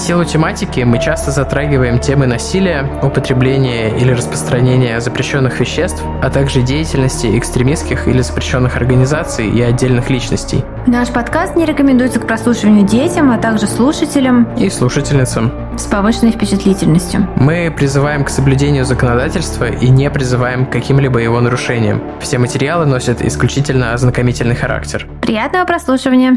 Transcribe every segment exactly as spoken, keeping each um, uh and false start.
силу тематики мы часто затрагиваем темы насилия, употребления или распространения запрещенных веществ, а также деятельности экстремистских или запрещенных организаций и отдельных личностей. Наш подкаст не рекомендуется к прослушиванию детям, а также слушателям и слушательницам с повышенной впечатлительностью. Мы призываем к соблюдению законодательства и не призываем к каким-либо его нарушениям. Все материалы носят исключительно ознакомительный характер. Приятного прослушивания!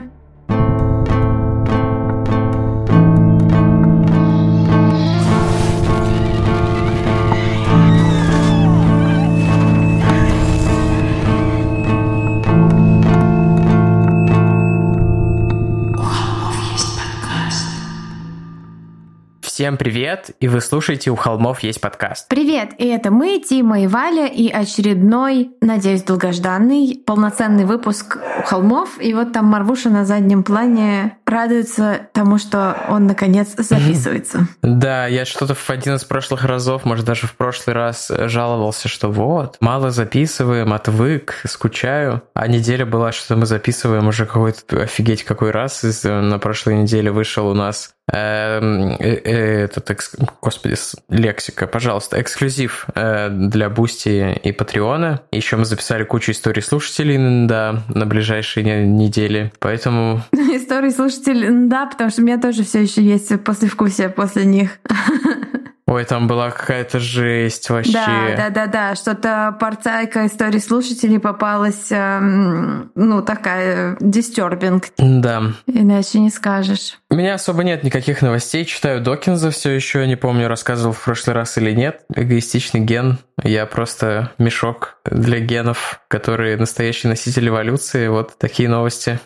Всем привет, и вы слушаете «У холмов есть подкаст». Привет, и это мы, Тима и Валя, и очередной, надеюсь, долгожданный, полноценный выпуск «У холмов». И вот там Марвуша на заднем плане радуется тому, что он, наконец, записывается. Да, я что-то в один из прошлых разов, может, даже в прошлый раз жаловался, что вот, мало записываем, отвык, скучаю. А неделя была, что мы записываем уже какой-то, офигеть, какой раз. На прошлой неделе вышел у нас этот, господи, лексика, пожалуйста, эксклюзив для Бусти и Патреона. Еще мы записали кучу историй слушателей, да, на ближайшие недели, поэтому... Истории слушателей, да, потому что у меня тоже все еще есть послевкусие после них. Ой, там была какая-то жесть вообще. Да, да, да, да. Что-то порцайка истории слушателей попалась, эм, ну, такая дистёрбинг. Да. Иначе не скажешь. У меня особо нет никаких новостей. Читаю Докинза все еще. Не помню, рассказывал в прошлый раз или нет. Эгоистичный ген. Я просто мешок для генов, которые настоящий носитель эволюции. Вот такие новости.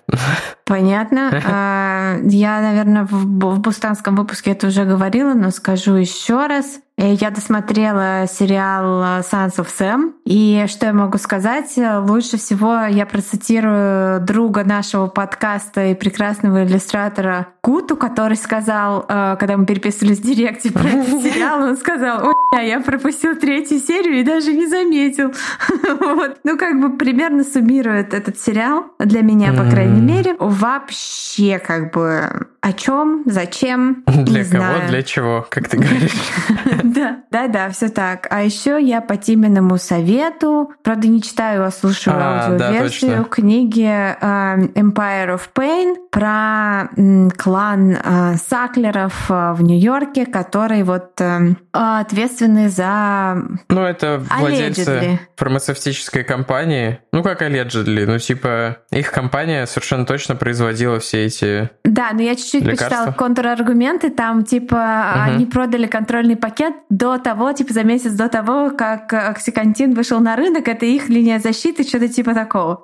Понятно. Я, наверное, в бустанском выпуске это уже говорила, но скажу еще раз. Я досмотрела сериал Sons of Sam, и что я могу сказать? Лучше всего я процитирую друга нашего подкаста и прекрасного иллюстратора Куту, который сказал, когда мы переписывались в директе про этот сериал, он сказал: «Ой, я пропустил третью серию и даже не заметил». Вот. Ну, как бы примерно суммирует этот сериал, для меня, по крайней мере. Вообще, как бы, о чем, зачем, для не кого, знаю. Для чего, как ты говоришь. Да, да, да, все так. А еще я по Тиминому совету, правда, не читаю, а слушаю а, аудиоверсию да, книги uh, Empire of Pain про м, клан uh, Саклеров uh, в Нью-Йорке, которые вот uh, ответственны за... Ну, это владельцы allegedly. Фармацевтической компании. Ну, как allegedly? Ну, типа, их компания совершенно точно производила все эти Да, но я чуть-чуть лекарства. Почитала контраргументы, там, типа, uh-huh. они продали контрольный пакет до того, типа за месяц до того, как оксикантин вышел на рынок, это их линия защиты, что-то типа такого.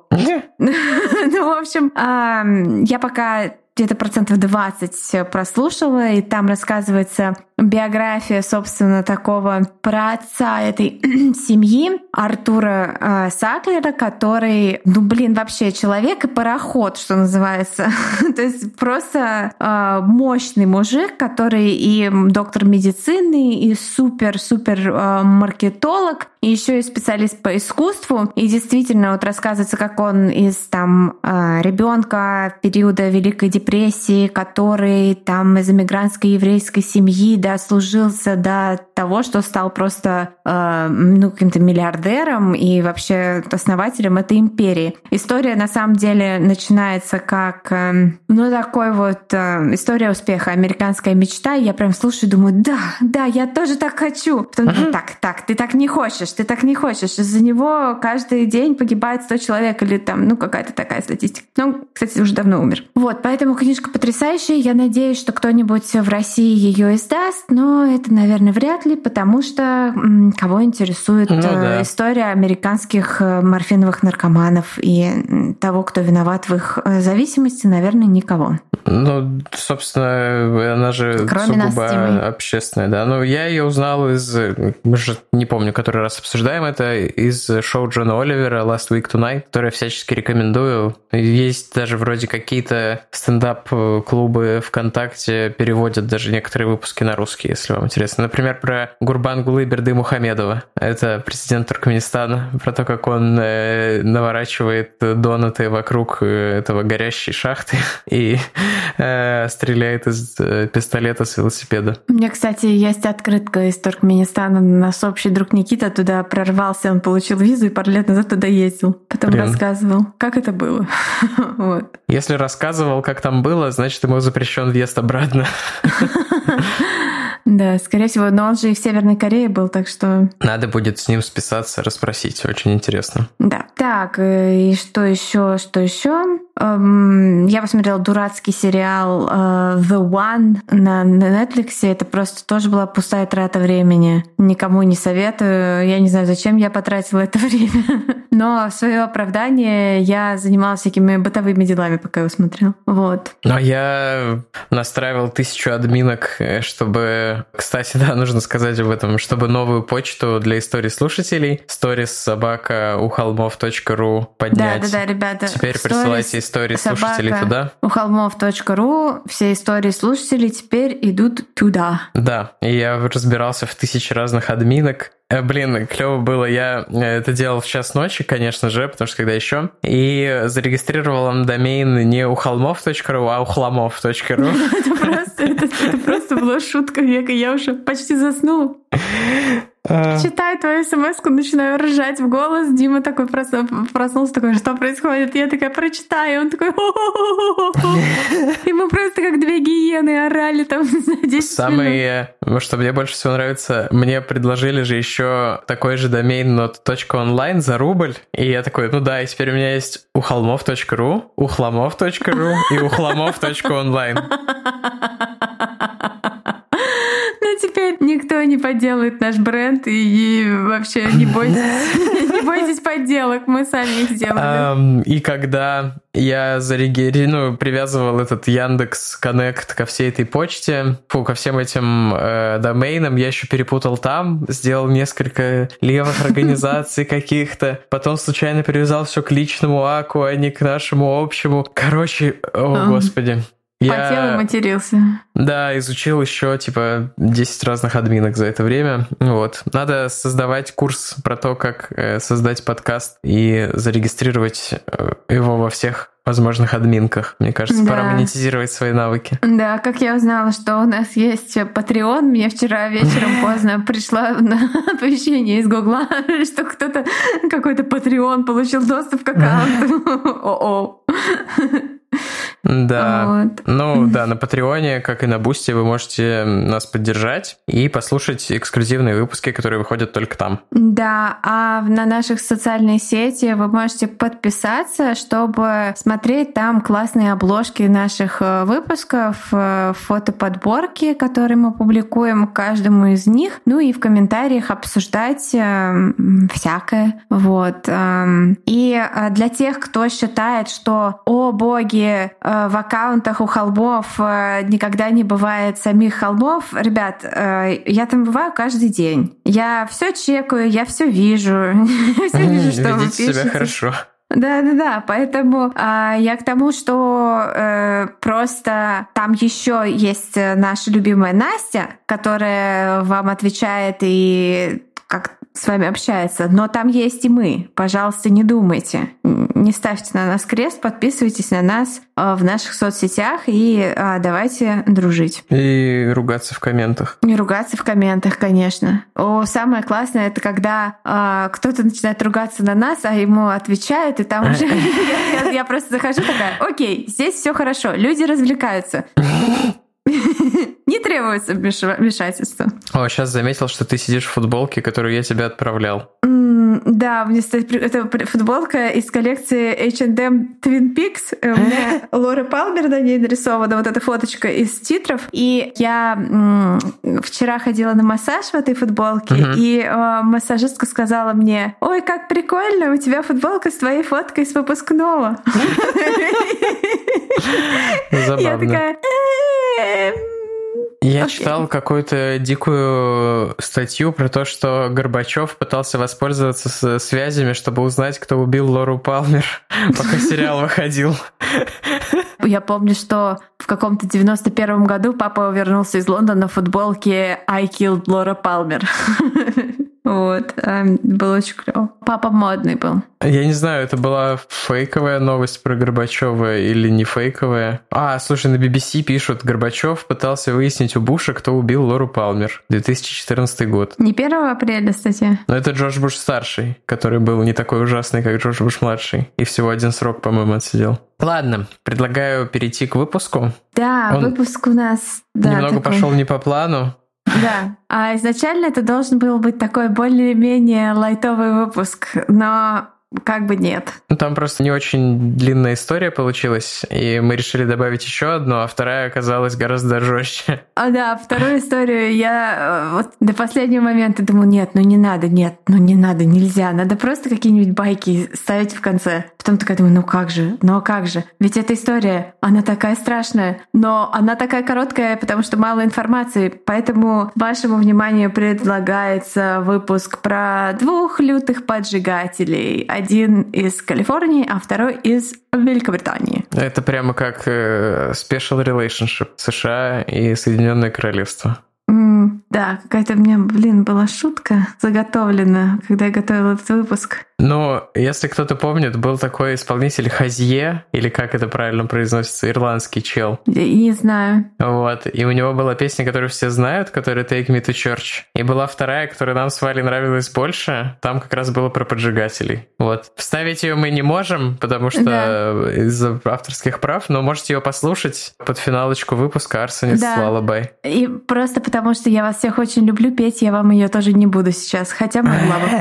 Ну, в общем, я пока где-то процентов двадцать прослушала, и там рассказывается биография, собственно, такого праотца этой семьи, Артура э, Саклера, который, ну, блин, вообще человек и пароход, что называется. То есть просто э, мощный мужик, который и доктор медицины, и супер-супер э, маркетолог, и еще и специалист по искусству. И действительно, вот рассказывается, как он из там э, ребенка периода Великой депрессии, который там из эмигрантской еврейской семьи, да, служился до того, что стал просто э, ну, каким-то миллиардером и вообще основателем этой империи. История на самом деле начинается как э, ну такой вот э, история успеха, американская мечта. И я прям слушаю, думаю, да, да, я тоже так хочу. Потом думаю, так, так, ты так не хочешь, ты так не хочешь. Из-за него каждый день погибает сто человек или там, ну какая-то такая статистика. Ну, кстати, уже давно умер. Вот, поэтому книжка потрясающая. Я надеюсь, что кто-нибудь в России ее издаст, но это, наверное, вряд ли, потому что м, кого интересует ну, да. история американских морфиновых наркоманов и того, кто виноват в их зависимости, наверное, никого. Ну, собственно, она же Кроме сугубо общественная, да. Ну, я ее узнал из... Мы же не помню, который раз обсуждаем это, из шоу Джона Оливера «Last Week Tonight», которое всячески рекомендую. Есть даже вроде какие-то стендап-клубы ВКонтакте переводят даже некоторые выпуски на русский по-русски, если вам интересно. Например, про Гурбангулы Бердымухамедова. Это президент Туркменистана, про то, как он э, наворачивает донаты вокруг этого горящей шахты и э, стреляет из э, пистолета с велосипеда. У меня, кстати, есть открытка из Туркменистана. Наш общий друг Никита туда прорвался, он получил визу и пару лет назад туда ездил. Потом Блин. рассказывал, как это было. Вот. Если рассказывал, как там было, значит, ему запрещен въезд обратно. Да, скорее всего, но он же и в Северной Корее был, так что... Надо будет с ним списаться, расспросить, очень интересно. Да. Так, и что еще, что еще? Я посмотрела дурацкий сериал The One на Netflix. Это просто тоже была пустая трата времени. Никому не советую. Я не знаю, зачем я потратила это время. Но в свое оправдание я занималась всякими бытовыми делами, пока его смотрела. Вот. А я настраивал тысячу админок, чтобы... Кстати, да, нужно сказать об этом, чтобы новую почту для историй слушателей stories собака у холмов точка ру поднять. Да, да, да, ребята. Теперь присылайте истории слушателей туда. У холмов точка ру все истории слушателей теперь идут туда. Да, и я разбирался в тысяче разных админок. Блин, клево было. Я это делал в час ночи, конечно же, потому что когда еще. И зарегистрировал он домен не у холмов точка ру, а у хламов точка ру. Это просто, это, это просто была шутка века. Я уже почти заснула. Читаю твою смс-ку, начинаю ржать в голос. Дима такой проснулся, такой, что происходит? Я такая, прочитаю. И он такой, и мы просто как две гиены орали там за десять Самое, что мне больше всего нравится, мне предложили же еще такой же домен, но .онлайн за рубль. И я такой, ну да, и теперь у меня есть у холмов точка ру, у хламов точка ру и у хламов точка онлайн. Теперь никто не подделает наш бренд, и, и вообще не бойтесь, не бойтесь подделок, мы сами их сделали. Um, и когда я зарегистрировал, ну, привязывал этот Яндекс.Коннект ко всей этой почте, фу, ко всем этим э, доменам, я еще перепутал там, сделал несколько левых организаций каких-то, потом случайно привязал все к личному аку, а не к нашему общему. Короче, о господи. Потел и матерился. Да, изучил еще типа десять разных админок за это время. Вот. Надо создавать курс про то, как создать подкаст и зарегистрировать его во всех возможных админках. Мне кажется, да. Пора монетизировать свои навыки. Да, как я узнала, что у нас есть Patreon, мне вчера вечером поздно пришло оповещение из Гугла, что кто-то, какой-то Patreon получил доступ к аккаунту. О-о. Да, вот. Ну да, на Патреоне, как и на Бусти, вы можете нас поддержать и послушать эксклюзивные выпуски, которые выходят только там. Да, а на наших социальные сети вы можете подписаться, чтобы смотреть там классные обложки наших выпусков, фотоподборки, которые мы публикуем каждому из них, ну и в комментариях обсуждать всякое. Вот. И для тех, кто считает, что, о боги, в аккаунтах у холмов никогда не бывает самих холмов. Ребят, я там бываю каждый день. Я все чекаю, я все вижу. Все вижу, что вы пишете. Ведите себя хорошо. Да-да-да, поэтому э, я к тому, что э, просто там еще есть наша любимая Настя, которая вам отвечает и как с вами общается, но там есть и мы. Пожалуйста, не думайте. Не ставьте на нас крест, подписывайтесь на нас в наших соцсетях и давайте дружить. И ругаться в комментах. И ругаться в комментах, конечно. О, самое классное — это когда э, кто-то начинает ругаться на нас, а ему отвечают, и там уже я просто захожу такая, окей, здесь все хорошо, люди развлекаются. Не требуется вмешательства. О, сейчас заметил, что ты сидишь в футболке, которую я тебе отправлял. Mm, да, мне стоит это футболка из коллекции эйч энд эм Twin Peaks. У меня Лора Палмер на ней нарисована, вот эта фоточка из титров. И я м- вчера ходила на массаж в этой футболке, uh-huh. и э, массажистка сказала мне: ой, как прикольно, у тебя футболка с твоей фоткой с выпускного. Забавно. Я такая... Я okay. читал какую-то дикую статью про то, что Горбачев пытался воспользоваться связями, чтобы узнать, кто убил Лору Палмер, пока сериал выходил. я помню, что в каком-то девяносто первом году папа вернулся из Лондона в футболке «I killed Laura Palmer». Вот, было очень клево. Папа модный был. Я не знаю, это была фейковая новость про Горбачева или не фейковая. А, слушай, на би би си пишут, Горбачев пытался выяснить у Буша, кто убил Лору Палмер. две тысячи четырнадцатый год. Не первого апреля, кстати. Но это Джордж Буш-старший, который был не такой ужасный, как Джордж Буш-младший. И всего один срок, по-моему, отсидел. Ладно, предлагаю перейти к выпуску. Да, Он выпуск у нас... Да, немного такой... пошел не по плану. Да, а изначально это должен был быть такой более-менее лайтовый выпуск, но как бы нет. Ну, там просто не очень длинная история получилась, и мы решили добавить еще одну, а вторая оказалась гораздо жестче. А да, вторую историю я вот до последнего момента думаю, нет, ну не надо, нет, ну не надо, нельзя, надо просто какие-нибудь байки ставить в конце. Потом такая думаю, ну как же, ну как же, ведь эта история, она такая страшная, но она такая короткая, потому что мало информации, поэтому вашему вниманию предлагается выпуск про двух лютых поджигателей. Один из Калифорнии, а второй из Великобритании. Это прямо как э, special relationship США и Соединенное Королевство. Mm, да, какая-то у меня, блин, была шутка заготовлена, когда я готовила этот выпуск. Ну, если кто-то помнит, был такой исполнитель Хазье, или как это правильно произносится, ирландский чел. Я не знаю. Вот, и у него была песня, которую все знают, которая «Take me to church». И была вторая, которая нам с Валей нравилась больше, там как раз было про поджигателей. Вот. Вставить ее мы не можем, потому что да. из-за авторских прав, но можете ее послушать под финалочку выпуска «Арсенис да. Lullaby». И просто потому, что я вас всех очень люблю, петь я вам ее тоже не буду сейчас, хотя могла бы.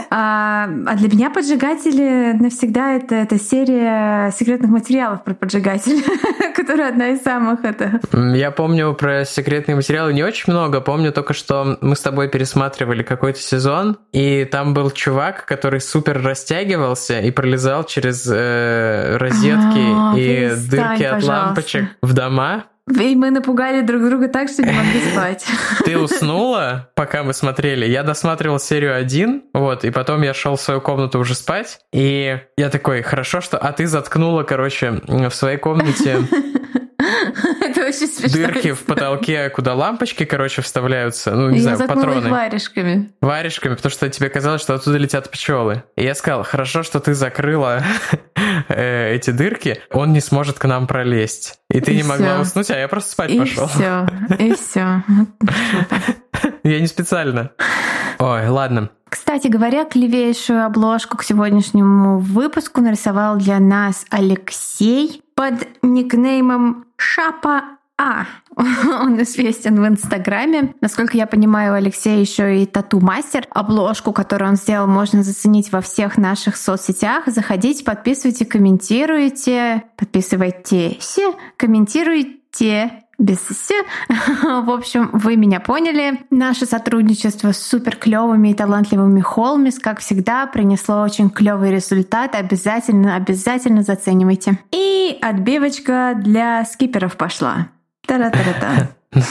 А, а для меня «Поджигатели» навсегда это, это серия секретных материалов про поджигателей, которая одна из самых это. Я помню про секретные материалы не очень много, помню только, что мы с тобой пересматривали какой-то сезон, и там был чувак, который супер растягивался и пролезал через э, розетки а, и дырки от пожалуйста. лампочек в дома. И мы напугали друг друга так, что не могли спать. Ты уснула, пока мы смотрели. Я досматривал серию один, вот, и потом я шел в свою комнату уже спать. И я такой, хорошо, что... А ты заткнула, короче, в своей комнате... Это очень смешно. Дырки в потолке, куда лампочки, короче, вставляются. Ну, не я знаю, патроны. Их варежками. Варежками, потому что тебе казалось, что оттуда летят пчелы. И я сказал, хорошо, что ты закрыла эти дырки, он не сможет к нам пролезть. И ты и не всё. могла уснуть, а я просто спать и пошел. Все, и все. Я не специально. Ой, ладно. Кстати говоря, клевейшую обложку к сегодняшнему выпуску нарисовал для нас Алексей под никнеймом Шапа А. Он известен в Инстаграме. Насколько я понимаю, Алексей еще и тату-мастер. Обложку, которую он сделал, можно заценить во всех наших соцсетях. Заходите, подписывайте, комментируйте. Подписывайтесь, комментируйте. Без «с». В общем, вы меня поняли. Наше сотрудничество с супер клевыми и талантливыми Холмис, как всегда, принесло очень клевый результат. Обязательно, обязательно заценивайте. И отбивочка для скиперов пошла. Та-ра-та-ра-та.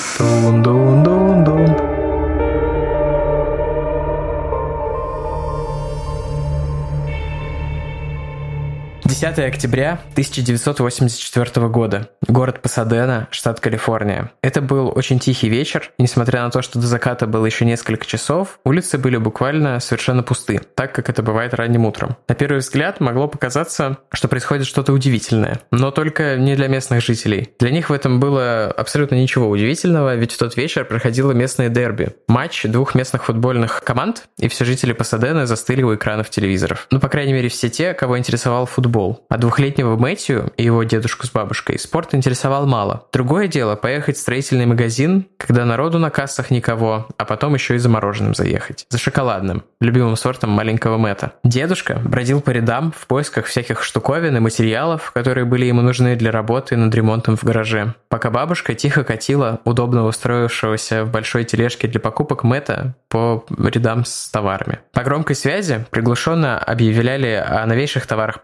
десятого октября тысяча девятьсот восемьдесят четвёртого года. Город Пасадена, штат Калифорния. Это был очень тихий вечер. Несмотря на то, что до заката было еще несколько часов, улицы были буквально совершенно пусты, так как это бывает ранним утром. На первый взгляд могло показаться, что происходит что-то удивительное, но только не для местных жителей. Для них в этом было абсолютно ничего удивительного, ведь в тот вечер проходило местное дерби. Матч двух местных футбольных команд, и все жители Пасадены застыли у экранов телевизоров. Ну, по крайней мере, все те, кого интересовал футбол. А двухлетнего Мэтью и его дедушку с бабушкой спорт интересовал мало. Другое дело поехать в строительный магазин, когда народу на кассах никого, а потом еще и за мороженым заехать. За шоколадным, любимым сортом маленького Мэтта. Дедушка бродил по рядам в поисках всяких штуковин и материалов, которые были ему нужны для работы над ремонтом в гараже. Пока бабушка тихо катила удобно устроившегося в большой тележке для покупок Мэтта по рядам с товарами. По громкой связи приглушенно объявляли о новейших товарах по акции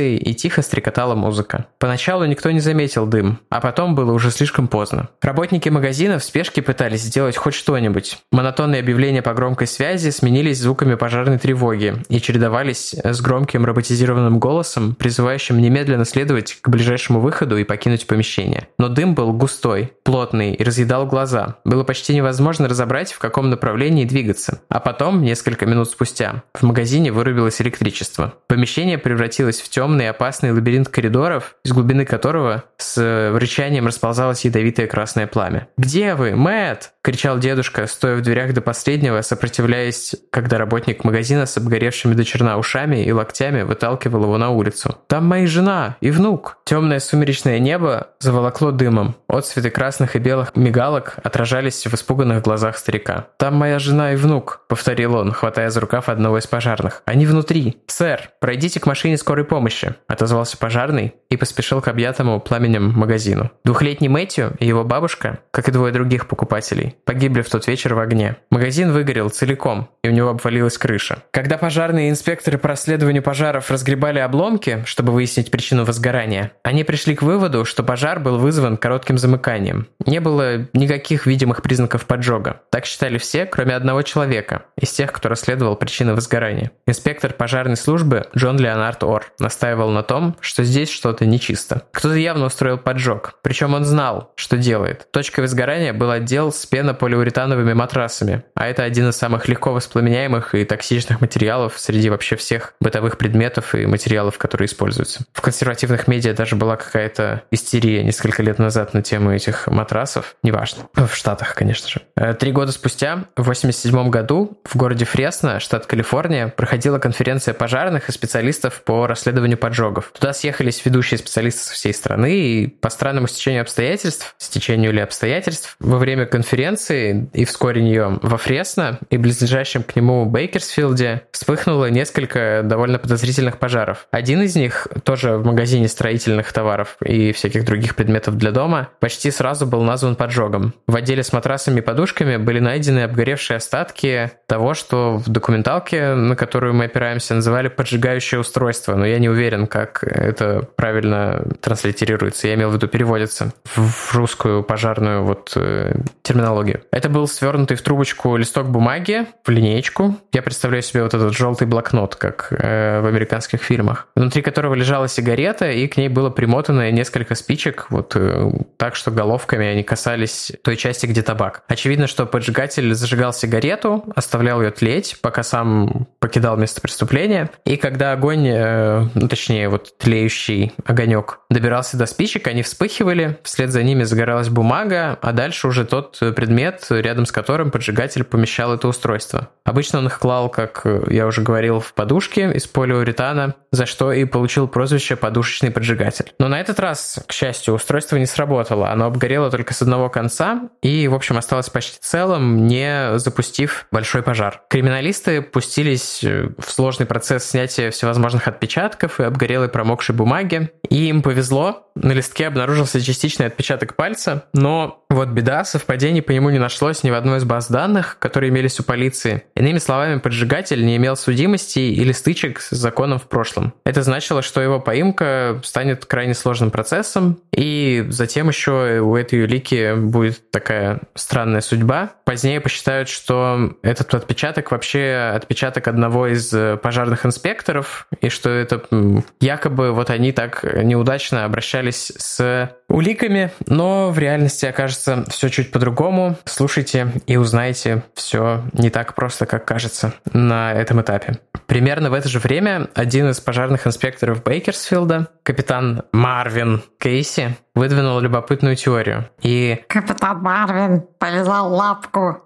вентиляцией и тихо стрекотала музыка. Поначалу никто не заметил дым, а потом было уже слишком поздно. Работники магазина в спешке пытались сделать хоть что-нибудь. Монотонные объявления по громкой связи сменились звуками пожарной тревоги и чередовались с громким роботизированным голосом, призывающим немедленно следовать к ближайшему выходу и покинуть помещение. Но дым был густой, плотный и разъедал глаза. Было почти невозможно разобрать, в каком направлении двигаться. А потом, несколько минут спустя, в магазине вырубилось электричество. Помещение превратилось в темный и опасный лабиринт коридоров, из глубины которого с рычанием расползалось ядовитое красное пламя. «Где вы, Мэтт?» — кричал дедушка, стоя в дверях до последнего, сопротивляясь, когда работник магазина с обгоревшими до черна ушами и локтями выталкивал его на улицу. «Там моя жена и внук!» Темное сумеречное небо заволокло дымом. Отцветы красных и белых мигалок отражались в испуганных глазах старика. «Там моя жена и внук», — повторил он, хватая за рукав одного из пожарных. «Они внутри». «Сэр, пройдите к машине скорой помощи», — отозвался пожарный и поспешил к объятому пламенем магазину. Двухлетний Мэтью и его бабушка, как и двое других покупателей, погибли в тот вечер в огне. Магазин выгорел целиком, и у него обвалилась крыша. Когда пожарные инспекторы по расследованию пожаров разгребали обломки, чтобы выяснить причину возгорания, они пришли к выводу, что пожар был вызван коротким замыканием. Не было никаких видимых признаков поджога. Так считали все, кроме одного человека, из тех, кто расследовал причины возгорания. Инспектор пожарной службы Джон Леонард Орр настаивал на том, что здесь что-то нечисто. Кто-то явно устроил поджог, причем он знал, что делает. Точкой возгорания был отдел с пенополиуретановыми матрасами, а это один из самых легко воспламеняемых и токсичных материалов среди вообще всех бытовых предметов и материалов, которые используются. В консервативных медиа даже была какая-то истерия несколько лет назад на тему этих матрасов. Неважно. В Штатах, конечно же. Три года спустя, в восемьдесят седьмом году, в городе Фресно, штат Калифорния, проходила конференция пожарных и специалистов по расследованию поджогов. Туда съехались ведущие специалисты со всей страны, и по странному стечению обстоятельств, стечению или обстоятельств, во время конференции и вскоре нее во Фресно и близлежащем к нему Бейкерсфилде вспыхнуло несколько довольно подозрительных пожаров. Один из них, тоже в магазине строительных товаров и всяких других предметов для дома, почти сразу был назван поджогом. В отделе с матрасами и подушками были найдены обгоревшие остатки того, что в документалке, на которую мы опираемся, называли поджигающее устройство, но я не уверен, как это правильно транслитерируется, я имел в виду переводится в русскую пожарную вот э, терминологию. Это был свернутый в трубочку листок бумаги в линеечку. Я представляю себе вот этот желтый блокнот, как э, в американских фильмах, внутри которого лежала сигарета, и к ней было примотано несколько спичек, вот э, так, что головками они касались той части, где табак. Очевидно, что поджигатель зажигал сигарету, оставлял ее тлеть, пока сам покидал место преступления, и когда огонь, э, ну, точнее, вот тлеющий огонек добирался до спичек, они вспыхивали, вслед за ними загоралась бумага, а дальше уже тот предмет, рядом с которым поджигатель помещал это устройство. Обычно он их клал, как я уже говорил, в подушки из полиуретана, за что и получил прозвище «подушечный поджигатель». Но на этот раз, к счастью, устройство не сработало, оно обгорело только с одного конца и, в общем, осталось почти целым, не запустив большой пожар. Криминалисты пустились в сложный процесс снятия всевозможных отпечатков и обгорелой промокшей бумаги, и им повезло, на листке обнаружился частичный отпечаток пальца, но вот беда, совпадений по нему не нашлось ни в одной из баз данных, которые имелись у полиции. Иными словами, поджигатель не имел судимости или стычек с законом в прошлом. Это значило, что его поимка станет крайне сложным процессом, и затем еще у этой улики будет такая странная судьба. Позднее посчитают, что этот отпечаток вообще отпечаток одного из пожарных инспекторов, и что это якобы вот они так неудачно обращались с уликами, но в реальности окажется все чуть по-другому. Слушайте и узнаете все не так просто, как кажется на этом этапе. Примерно в это же время один из пожарных инспекторов Бейкерсфилда, капитан Марвин Кейси, выдвинул любопытную теорию. И капитан Марвин полизал лапку.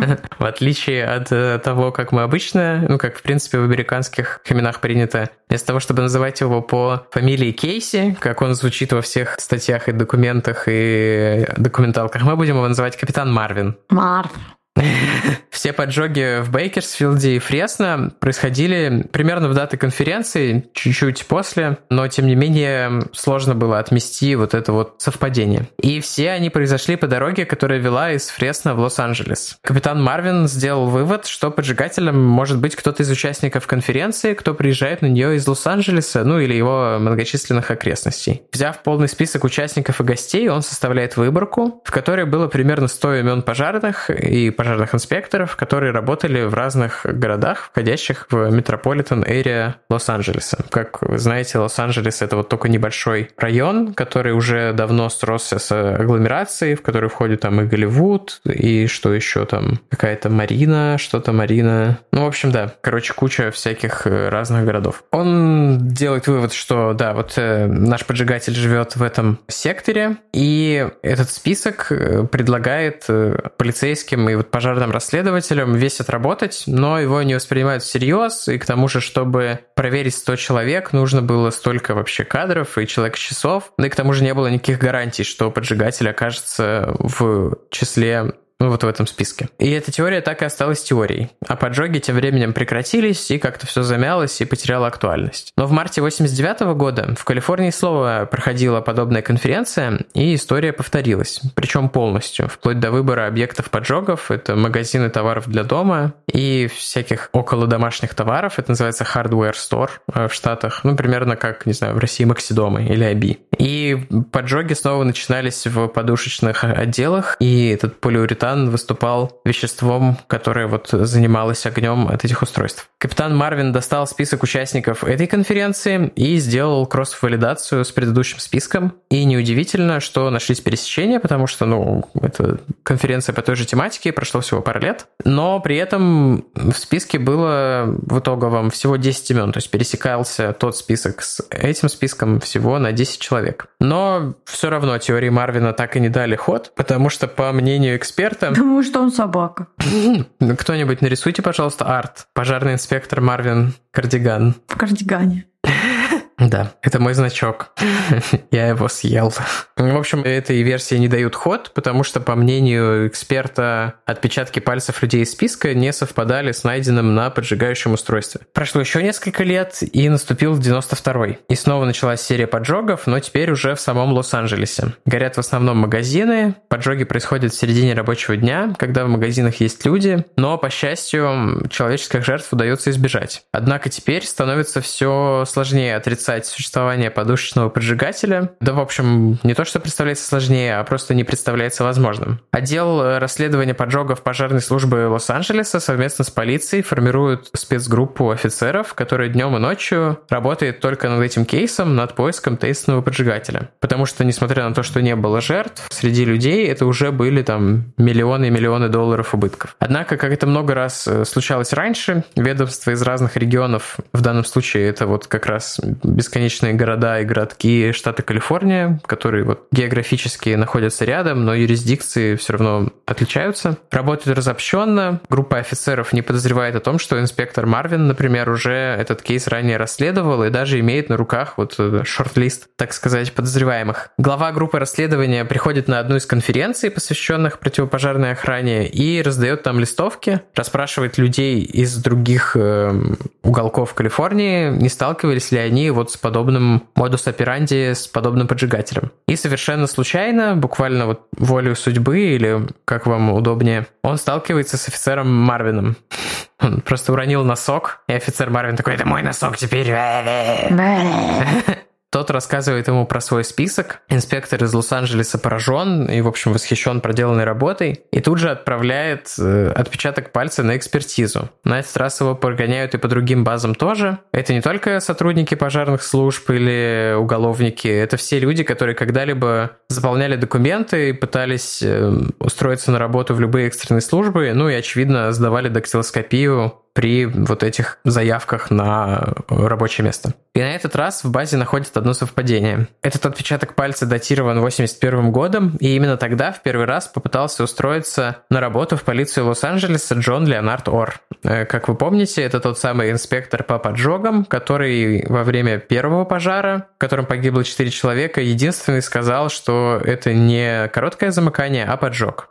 В отличие от того, как мы обычно, ну, как в принципе в американских именах принято, вместо того, чтобы называть его по фамилии Кейси, как он звучит во всех статьях и документах и документалках, мы будем его называть капитан Марвин. Марв. Все поджоги в Бейкерсфилде и Фресно происходили примерно в даты конференции, чуть-чуть после, но, тем не менее, сложно было отмести вот это вот совпадение. И все они произошли по дороге, которая вела из Фресно в Лос-Анджелес. Капитан Марвин сделал вывод, что поджигателем может быть кто-то из участников конференции, кто приезжает на нее из Лос-Анджелеса, ну или его многочисленных окрестностей. Взяв полный список участников и гостей, он составляет выборку, в которой было примерно сто имен пожарных и пожарных инспекторов, которые работали в разных городах, входящих в Metropolitan Area Лос-Анджелеса. Как вы знаете, Лос-Анджелес — это вот только небольшой район, который уже давно сросся с агломерацией, в который входит там и Голливуд, и что еще там, какая-то Марина, что-то Марина. Ну, в общем, да, короче, куча всяких разных городов. Он делает вывод, что, да, вот э, наш поджигатель живет в этом секторе, и этот список предлагает э, полицейским и вот пожарным расследователям весь отработать, но его не воспринимают всерьез, и к тому же, чтобы проверить сто человек, нужно было столько вообще кадров и человек-часов, да и к тому же не было никаких гарантий, что поджигатель окажется в числе, ну, вот в этом списке. И эта теория так и осталась теорией. А поджоги тем временем прекратились, и как-то все замялось и потеряло актуальность. Но в марте восемьдесят девятого года в Калифорнии снова проходила подобная конференция, и история повторилась. Причем полностью, вплоть до выбора объектов поджогов. Это магазины товаров для дома и всяких около домашних товаров. Это называется hardware store в Штатах. Ну, примерно как, не знаю, в России Максидомы или Аби. И поджоги снова начинались в подушечных отделах, и этот полиуретан выступал веществом, которое вот занималось огнем от этих устройств. Капитан Марвин достал список участников этой конференции и сделал кросс-валидацию с предыдущим списком. И неудивительно, что нашлись пересечения, потому что, ну, это конференция по той же тематике, прошло всего пару лет. Но при этом в списке было в итоговом всего десять имен, то есть пересекался тот список с этим списком всего на десять человек. Но все равно теории Марвина так и не дали ход, потому что, по мнению экспертов, думаю, что он собака. Кто-нибудь нарисуйте, пожалуйста, арт. Пожарный инспектор Марвин Кардиган. В кардигане. Да, это мой значок. Я его съел. В общем, этой версии не дают ход, потому что, по мнению эксперта, отпечатки пальцев людей из списка не совпадали с найденным на поджигающем устройстве. Прошло еще несколько лет, и наступил девяносто второй. И снова началась серия поджогов, но теперь уже в самом Лос-Анджелесе. Горят в основном магазины, поджоги происходят в середине рабочего дня, когда в магазинах есть люди, но, по счастью, человеческих жертв удается избежать. Однако теперь становится все сложнее отрицать существование подушечного поджигателя. Да, в общем, не то, что представляется сложнее, а просто не представляется возможным. Отдел расследования поджогов пожарной службы Лос-Анджелеса совместно с полицией формирует спецгруппу офицеров, которая днем и ночью работает только над этим кейсом, над поиском таинственного поджигателя. Потому что, несмотря на то, что не было жертв, среди людей это уже были там миллионы и миллионы долларов убытков. Однако, как это много раз случалось раньше, ведомства из разных регионов, в данном случае это вот как раз бесконечные города и городки штата Калифорния, которые вот географически находятся рядом, но юрисдикции все равно отличаются. Работают разобщенно. Группа офицеров не подозревает о том, что инспектор Марвин, например, уже этот кейс ранее расследовал и даже имеет на руках вот шорт-лист, так сказать, подозреваемых. Глава группы расследования приходит на одну из конференций, посвященных противопожарной охране, и раздает там листовки, расспрашивает людей из других э, уголков Калифорнии, не сталкивались ли они вот с подобным модус операнди, с подобным поджигателем. И совершенно случайно, буквально вот волею судьбы или как вам удобнее, он сталкивается с офицером Марвином. Он просто уронил носок, и офицер Марвин такой: «Это мой носок теперь!» Тот рассказывает ему про свой список. Инспектор из Лос-Анджелеса поражен и, в общем, восхищен проделанной работой. И тут же отправляет э, отпечаток пальца на экспертизу. На этот раз его прогоняют и по другим базам тоже. Это не только сотрудники пожарных служб или уголовники. Это все люди, которые когда-либо заполняли документы и пытались э, устроиться на работу в любые экстренные службы. Ну и, очевидно, сдавали дактилоскопию при вот этих заявках на рабочее место. И на этот раз в базе находят одно совпадение. Этот отпечаток пальца датирован восемьдесят первым годом, и именно тогда в первый раз попытался устроиться на работу в полицию Лос-Анджелеса Джон Леонард Орр. Как вы помните, это тот самый инспектор по поджогам, который во время первого пожара, в котором погибло четыре человека, единственный сказал, что это не короткое замыкание, а поджог.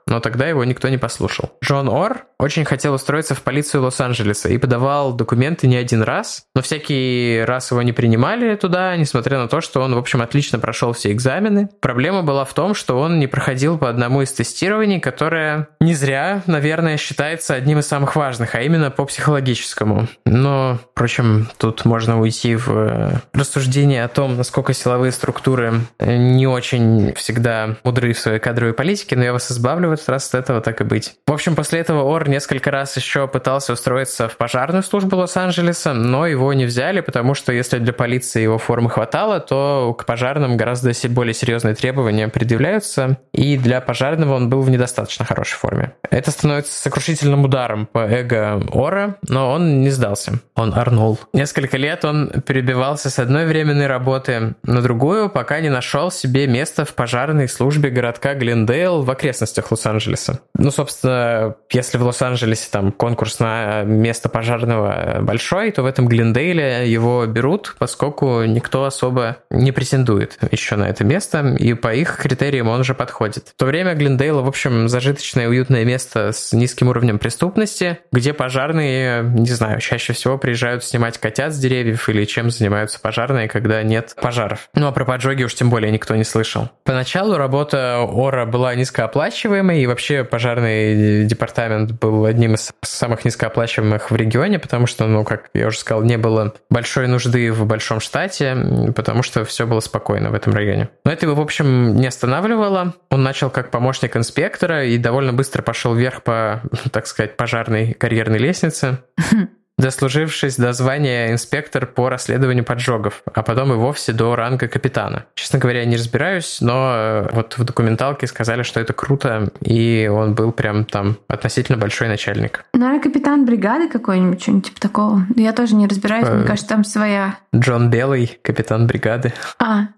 но тогда его никто не послушал. Джон Орр очень хотел устроиться в полицию Лос-Анджелеса и подавал документы не один раз, но всякий раз его не принимали туда, несмотря на то, что он, в общем, отлично прошел все экзамены. Проблема была в том, что он не проходил по одному из тестирований, которое не зря, наверное, считается одним из самых важных, а именно по психологическому. Но, впрочем, тут можно уйти в рассуждение о том, насколько силовые структуры не очень всегда мудры в своей кадровой политике, но я вас избавлю в этот раз от этого, так и быть. В общем, после этого Орр несколько раз еще пытался устроиться в пожарную службу Лос-Анджелеса, но его не взяли, потому что если для полиции его формы хватало, то к пожарным гораздо более серьезные требования предъявляются, и для пожарного он был в недостаточно хорошей форме. Это становится сокрушительным ударом по эго Орра, но он не сдался. Он орнул. Несколько лет он перебивался с одной временной работы на другую, пока не нашел себе место в пожарной службе городка Глендейл в окрестностях Лос-Анджелеса. Ну, собственно, если в Лос-Анджелесе там конкурс на место пожарного большой, то в этом Глендейле его берут, поскольку никто особо не претендует еще на это место, и по их критериям он уже подходит. В то время Глендейл, в общем, зажиточное уютное место с низким уровнем преступности, где пожарные, не знаю, чаще всего приезжают снимать котят с деревьев или чем занимаются пожарные, когда нет пожаров. Ну а про поджоги уж тем более никто не слышал. Поначалу работа Орра была низкооплачиваемой, и вообще пожарный департамент был одним из самых низкооплачиваемых в регионе, потому что, ну, как я уже сказал, не было большой нужды в большом штате, потому что все было спокойно в этом районе. Но это его, в общем, не останавливало. Он начал как помощник инспектора и довольно быстро пошел вверх по, так сказать, пожарной карьерной лестнице, дослужившись до звания инспектор по расследованию поджогов, а потом и вовсе до ранга капитана. Честно говоря, я не разбираюсь, но вот в документалке сказали, что это круто, и он был прям там относительно большой начальник. Наверное, капитан бригады какой-нибудь, что-нибудь типа такого. Я тоже не разбираюсь, мне кажется, там своя... Джон Белый, капитан бригады. А,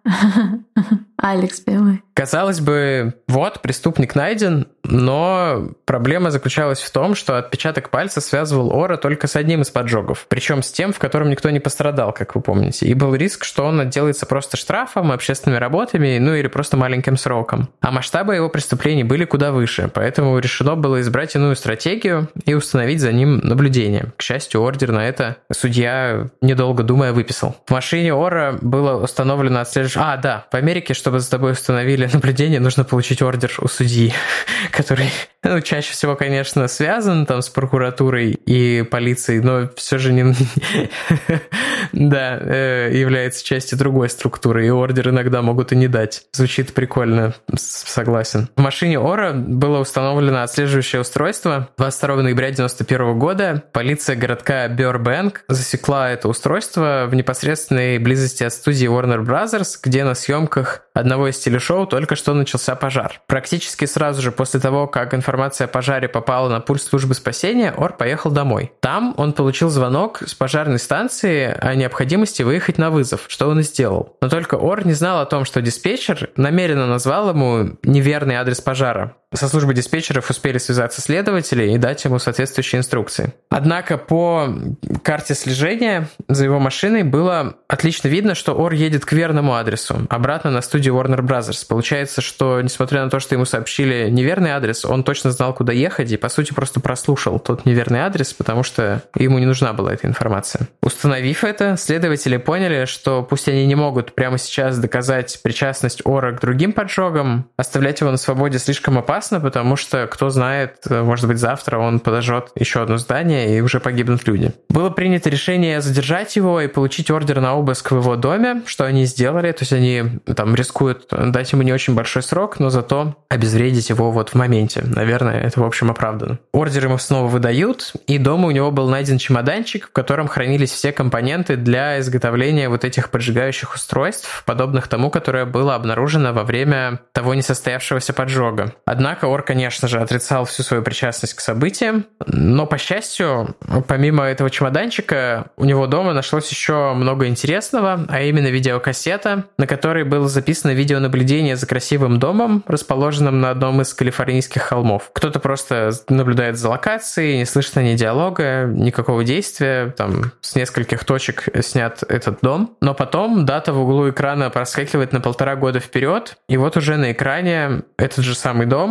Алекс Белый. Казалось бы, вот, преступник найден, но проблема заключалась в том, что отпечаток пальца связывал Орра только с одним из поджогов, причем с тем, в котором никто не пострадал, как вы помните. И был риск, что он отделается просто штрафом, общественными работами, ну или просто маленьким сроком. А масштабы его преступлений были куда выше, поэтому решено было избрать иную стратегию и установить за ним наблюдение. К счастью, ордер на это судья, недолго думая, выписал. В машине Орра было установлено отслеживание... А, да, в Америке, чтобы за тобой установили наблюдение, нужно получить ордер у судьи, который, ну, чаще всего, конечно, связан там с прокуратурой и полицией, но все же не... да, является частью другой структуры, и ордер иногда могут и не дать. Звучит прикольно, согласен. В машине Орра было установлено отслеживающее устройство. двадцать второго ноября девяносто первого года полиция городка Бёрбэнк засекла это устройство в непосредственной близости от студии Warner Brothers, где на съемках одного из телешоу только что начался пожар. Практически сразу же после того, как информация о пожаре попала на пульт службы спасения, Орр поехал домой. Там он получил звонок с пожарной станции о необходимости выехать на вызов, что он и сделал. Но только Орр не знал о том, что диспетчер намеренно назвал ему неверный адрес пожара. Со службы диспетчеров успели связаться следователи и дать ему соответствующие инструкции. Однако по карте слежения за его машиной было отлично видно, что Орр едет к верному адресу, обратно на студию Warner Brothers. Получается, что, несмотря на то, что ему сообщили неверный адрес, он точно знал, куда ехать, и, по сути, просто прослушал тот неверный адрес, потому что ему не нужна была эта информация. Установив это, следователи поняли, что пусть они не могут прямо сейчас доказать причастность Орра к другим поджогам, оставлять его на свободе слишком опасно, потому что, кто знает, может быть, завтра он подожжет еще одно здание и уже погибнут люди. Было принято решение задержать его и получить ордер на обыск в его доме, что они сделали, то есть они там рискуют дать ему не очень большой срок, но зато обезвредить его вот в моменте. Наверное, это, в общем, оправдано. Ордер ему снова выдают, и дома у него был найден чемоданчик, в котором хранились все компоненты для изготовления вот этих поджигающих устройств, подобных тому, которое было обнаружено во время того несостоявшегося поджога. Однако Орр, конечно же, отрицал всю свою причастность к событиям, но, по счастью, помимо этого чемоданчика, у него дома нашлось еще много интересного, а именно видеокассета, на которой было записано видеонаблюдение за красивым домом, расположенным на одном из калифорнийских холмов. Кто-то просто наблюдает за локацией, не слышно ни диалога, никакого действия, там с нескольких точек снят этот дом, но потом дата в углу экрана проскакивает на полтора года вперед, и вот уже на экране этот же самый дом,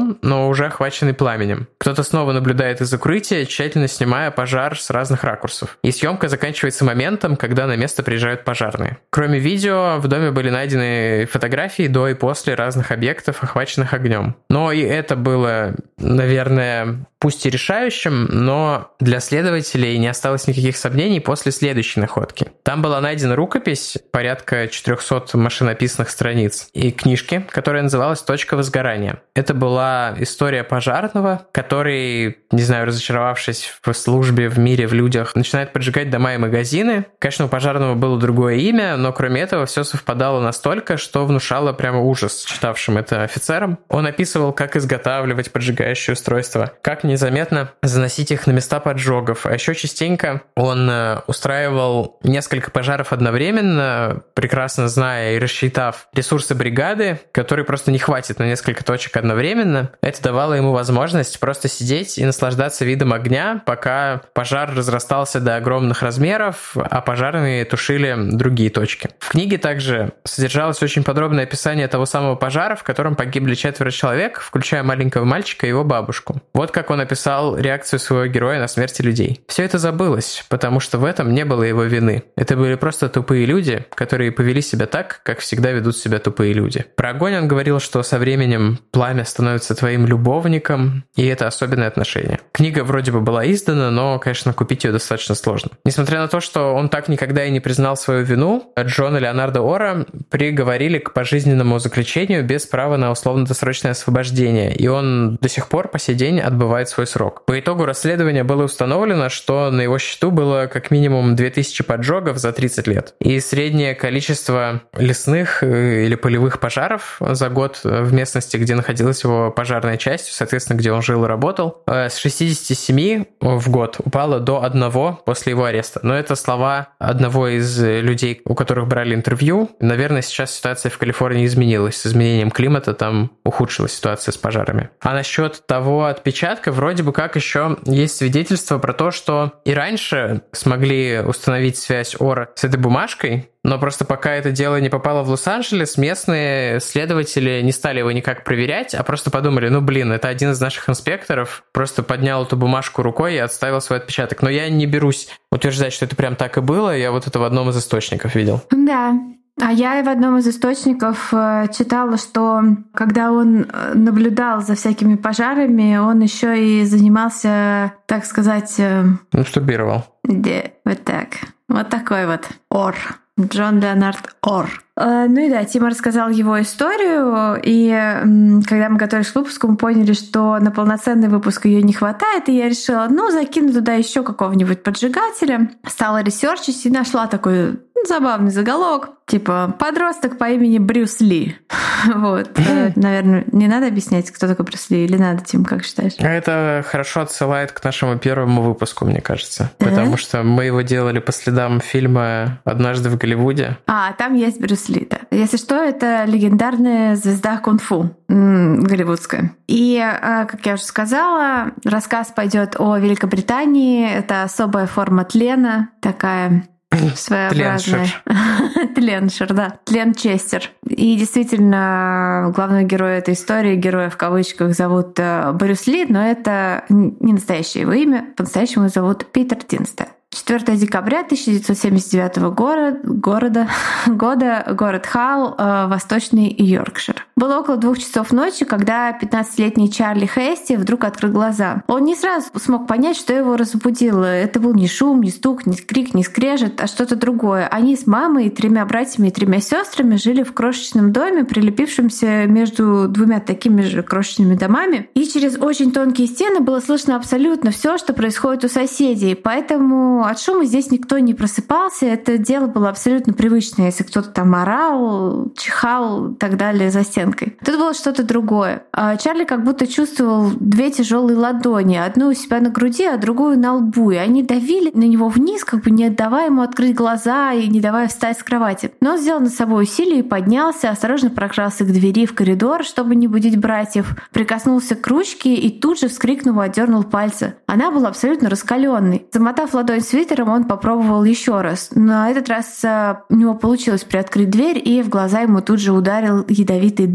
дом, но уже охваченный пламенем. Кто-то снова наблюдает из укрытия, тщательно снимая пожар с разных ракурсов. И съемка заканчивается моментом, когда на место приезжают пожарные. Кроме видео, в доме были найдены фотографии до и после разных объектов, охваченных огнем. Но и это было, наверное, пусть и решающим, но для следователей не осталось никаких сомнений после следующей находки. Там была найдена рукопись, порядка четырехсот машинописных страниц, и книжки, которая называлась «Точка возгорания». Это была история пожарного, который, не знаю, разочаровавшись в службе, в мире, в людях, начинает поджигать дома и магазины. Конечно, у пожарного было другое имя, но кроме этого все совпадало настолько, что внушало прямо ужас читавшим это офицерам. Он описывал, как изготавливать поджигающие устройства, как незаметно заносить их на места поджогов. А еще частенько он устраивал несколько пожаров одновременно, прекрасно зная и рассчитав ресурсы бригады, которые просто не хватит на несколько точек одновременно. Это давало ему возможность просто сидеть и наслаждаться видом огня, пока пожар разрастался до огромных размеров, а пожарные тушили другие точки. В книге также содержалось очень подробное описание того самого пожара, в котором погибли четверо человек, включая маленького мальчика и его бабушку. Вот как он описал реакцию своего героя на смерти людей. Все это забылось, потому что в этом не было его вины. Это были просто тупые люди, которые повели себя так, как всегда ведут себя тупые люди. Про огонь он говорил, что со временем пламя становится твоим любовником, и это особенное отношение. Книга вроде бы была издана, но, конечно, купить ее достаточно сложно. Несмотря на то, что он так никогда и не признал свою вину, Джона Леонардо Орра приговорили к пожизненному заключению без права на условно-досрочное освобождение, и он до сих пор по сей день отбывает свой срок. По итогу расследования было установлено, что на его счету было как минимум две тысячи поджогов за тридцать лет. И среднее количество лесных или полевых пожаров за год в местности, где находилась его пожарная часть, соответственно, где он жил и работал, с шестидесяти семи в год упало до одного после его ареста. Но это слова одного из людей, у которых брали интервью. Наверное, сейчас ситуация в Калифорнии изменилась. С изменением климата там ухудшилась ситуация с пожарами. А насчет того отпечатка, вроде бы как еще есть свидетельство про то, что и раньше смогли установить связь Орра с этой бумажкой, но просто пока это дело не попало в Лос-Анджелес, местные следователи не стали его никак проверять, а просто подумали, ну блин, это один из наших инспекторов, просто поднял эту бумажку рукой и отставил свой отпечаток. Но я не берусь утверждать, что это прям так и было, я вот это в одном из источников видел. Да. А я в одном из источников читала, что когда он наблюдал за всякими пожарами, он еще и занимался, так сказать... Мастурбировал. Да, вот так. Вот такой вот Орр. Джон Леонард Орр. Ну и да, Тима рассказал его историю, и когда мы готовились к выпуску, мы поняли, что на полноценный выпуск ее не хватает, и я решила, ну, закину туда еще какого-нибудь поджигателя. Стала ресерчить и нашла такой забавный заголовок, типа «Подросток по имени Брюс Ли». Вот. Наверное, не надо объяснять, кто такой Брюс Ли, или надо, Тим, как считаешь? Это хорошо отсылает к нашему первому выпуску, мне кажется. Да? Потому что мы его делали по следам фильма «Однажды в Голливуде». А, там есть Брюс Ли, да. Если что, это легендарная звезда кунг-фу голливудская. И, как я уже сказала, рассказ пойдет о Великобритании. Это особая форма тлена, такая... своеобразная. Тленшер. Тленшер, да. Тленчестер. И действительно, главного героя этой истории, героя в кавычках, зовут Брюс Ли, но это не настоящее его имя. По-настоящему его зовут Питер Динстед. четвёртого декабря тысяча девятьсот семьдесят девятого года, города, года город Халл, э, восточный Йоркшир. Было около двух часов ночи, когда пятнадцатилетний Чарли Хейсти вдруг открыл глаза. Он не сразу смог понять, что его разбудило. Это был не шум, не стук, не крик, не скрежет, а что-то другое. Они с мамой, тремя братьями и тремя сестрами жили в крошечном доме, прилепившемся между двумя такими же крошечными домами. И через очень тонкие стены было слышно абсолютно все, что происходит у соседей. Поэтому от шума здесь никто не просыпался. Это дело было абсолютно привычное, если кто-то там орал, чихал и так далее за стенкой. Тут было что-то другое. Чарли как будто чувствовал две тяжелые ладони. Одну у себя на груди, а другую на лбу. И они давили на него вниз, как бы не давая ему открыть глаза и не давая встать с кровати. Но он сделал над собой усилие и поднялся, осторожно прокрался к двери в коридор, чтобы не будить братьев, прикоснулся к ручке и тут же, вскрикнув, отдернул пальцы. Она была абсолютно раскаленной. Замотав ладонь свитером, он попробовал еще раз. На этот раз у него получилось приоткрыть дверь, и в глаза ему тут же ударил ядовитый дым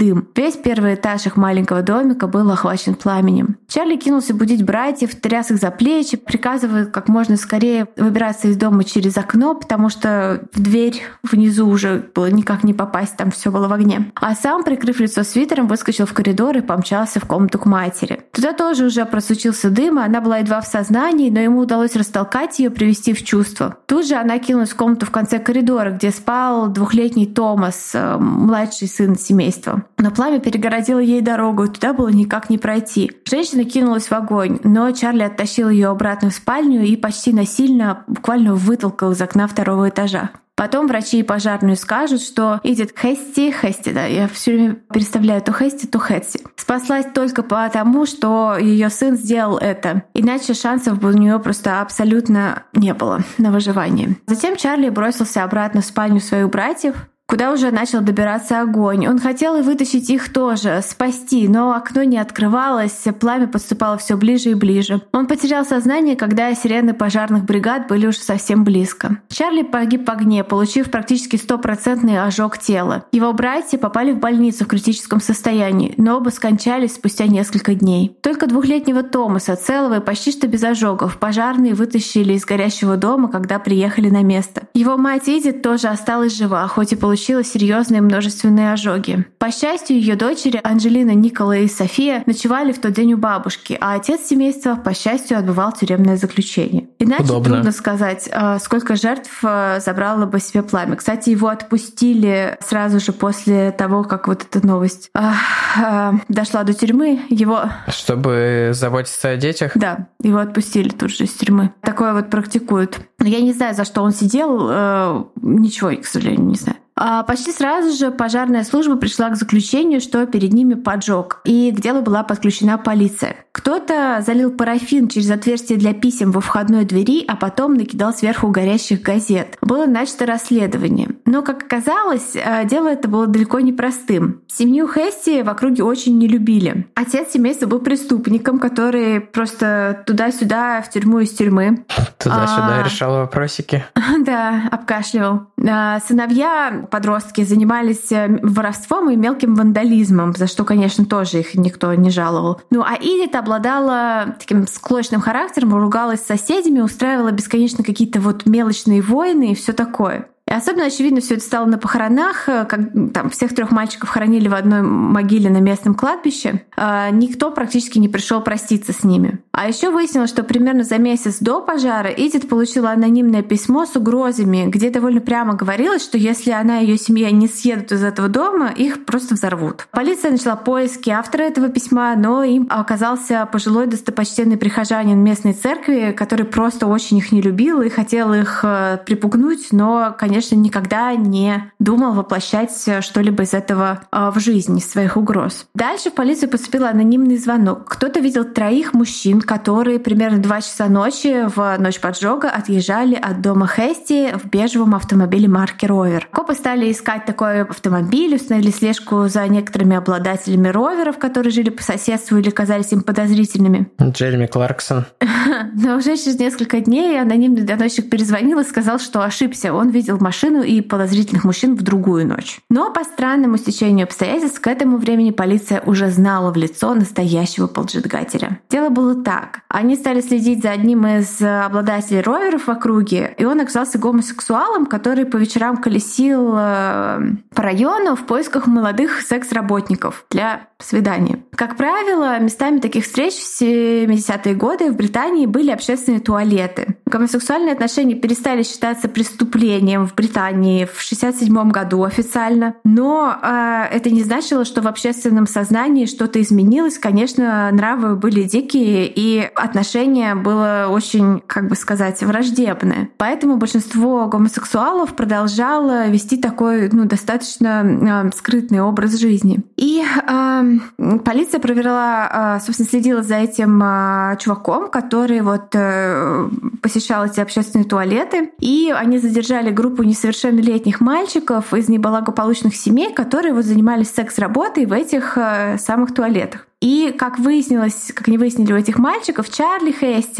дым. Весь первый этаж их маленького домика был охвачен пламенем. Чарли кинулся будить братьев, тряс их за плечи, приказывая как можно скорее выбираться из дома через окно, потому что в дверь внизу уже было никак не попасть, там все было в огне. А сам, прикрыв лицо свитером, выскочил в коридор и помчался в комнату к матери. Туда тоже уже просочился дым, и она была едва в сознании, но ему удалось растолкать ее, привести в чувство. Тут же она кинулась в комнату в конце коридора, где спал двухлетний Томас, младший сын семейства. Но пламя перегородило ей дорогу, и туда было никак не пройти. Женщина кинулась в огонь, но Чарли оттащил ее обратно в спальню и почти насильно буквально вытолкал из окна второго этажа. Потом врачи и пожарные скажут, что Эдит Хэтти, Хэтти, да, я все время переставляю то Хэтти, то Хэтти, спаслась только потому, что ее сын сделал это. Иначе шансов у нее просто абсолютно не было на выживание. Затем Чарли бросился обратно в спальню своих братьев, куда уже начал добираться огонь. Он хотел и вытащить их тоже, спасти, но окно не открывалось, пламя подступало все ближе и ближе. Он потерял сознание, когда сирены пожарных бригад были уже совсем близко. Чарли погиб в огне, получив практически стопроцентный ожог тела. Его братья попали в больницу в критическом состоянии, но оба скончались спустя несколько дней. Только двухлетнего Томаса, целого и почти что без ожогов, пожарные вытащили из горящего дома, когда приехали на место. Его мать Эдит тоже осталась жива, хоть и получила серьезные множественные ожоги. По счастью, ее дочери Анджелина, Никола и София ночевали в тот день у бабушки, а отец семейства, по счастью, отбывал тюремное заключение. Иначе Удобно. Трудно сказать, сколько жертв забрало бы себе пламя. Кстати, его отпустили сразу же после того, как вот эта новость дошла до тюрьмы. Его... Чтобы заботиться о детях? Да, его отпустили тут же из тюрьмы. Такое вот практикуют. Но я не знаю, за что он сидел. Ничего, к сожалению, не знаю. А почти сразу же пожарная служба пришла к заключению, что перед ними поджог, и к делу была подключена полиция. Кто-то залил парафин через отверстие для писем во входной двери, а потом накидал сверху горящих газет. Было начато расследование. Но, как оказалось, дело это было далеко не простым. Семью Хэтти в округе очень не любили. Отец семейства был преступником, который просто туда-сюда, в тюрьму из тюрьмы. Туда-сюда а... решал вопросики. Да, обкашливал. Сыновья, подростки, занимались воровством и мелким вандализмом, за что, конечно, тоже их никто не жаловал. Ну а Эдит обладала таким склочным характером, ругалась с соседями, устраивала бесконечно какие-то вот мелочные войны и все такое. И особенно очевидно все это стало на похоронах, как там всех трех мальчиков хоронили в одной могиле на местном кладбище. Никто практически не пришел проститься с ними. А еще выяснилось, что примерно за месяц до пожара Эдит получила анонимное письмо с угрозами, где довольно прямо говорилось, что если она и ее семья не съедут из этого дома, их просто взорвут. Полиция начала поиски автора этого письма, но им оказался пожилой достопочтенный прихожанин местной церкви, который просто очень их не любил и хотел их припугнуть, но, конечно, конечно, никогда не думал воплощать что-либо из этого в жизни, своих угроз. Дальше в полицию поступил анонимный звонок. Кто-то видел троих мужчин, которые примерно два часа ночи в ночь поджога отъезжали от дома Хэтти в бежевом автомобиле марки Ровер. Копы стали искать такой автомобиль, установили слежку за некоторыми обладателями роверов, которые жили по соседству или казались им подозрительными. Джереми Кларксон. Но уже через несколько дней анонимный доносчик перезвонил и сказал, что ошибся. Он видел машину и подозрительных мужчин в другую ночь. Но по странному стечению обстоятельств к этому времени полиция уже знала в лицо настоящего поджигателя. Дело было так. Они стали следить за одним из обладателей роверов в округе, и он оказался гомосексуалом, который по вечерам колесил по району в поисках молодых секс-работников для свидания. Как правило, местами таких встреч в семидесятые годы в Британии были общественные туалеты. Гомосексуальные отношения перестали считаться преступлением в Британии в шестьдесят седьмом году официально, но э, это не значило, что в общественном сознании что-то изменилось. Конечно, нравы были дикие, и отношение было очень, как бы сказать, враждебное. Поэтому большинство гомосексуалов продолжало вести такой, ну, достаточно э, скрытный образ жизни. И э, полиция проверила, э, собственно, следила за этим э, чуваком, который вот э, посещал эти общественные туалеты, и они задержали группу несовершеннолетних мальчиков из неблагополучных семей, которые вот занимались секс-работой в этих э, самых туалетах. И, как выяснилось, как они выяснили у этих мальчиков, Чарли Хэтти в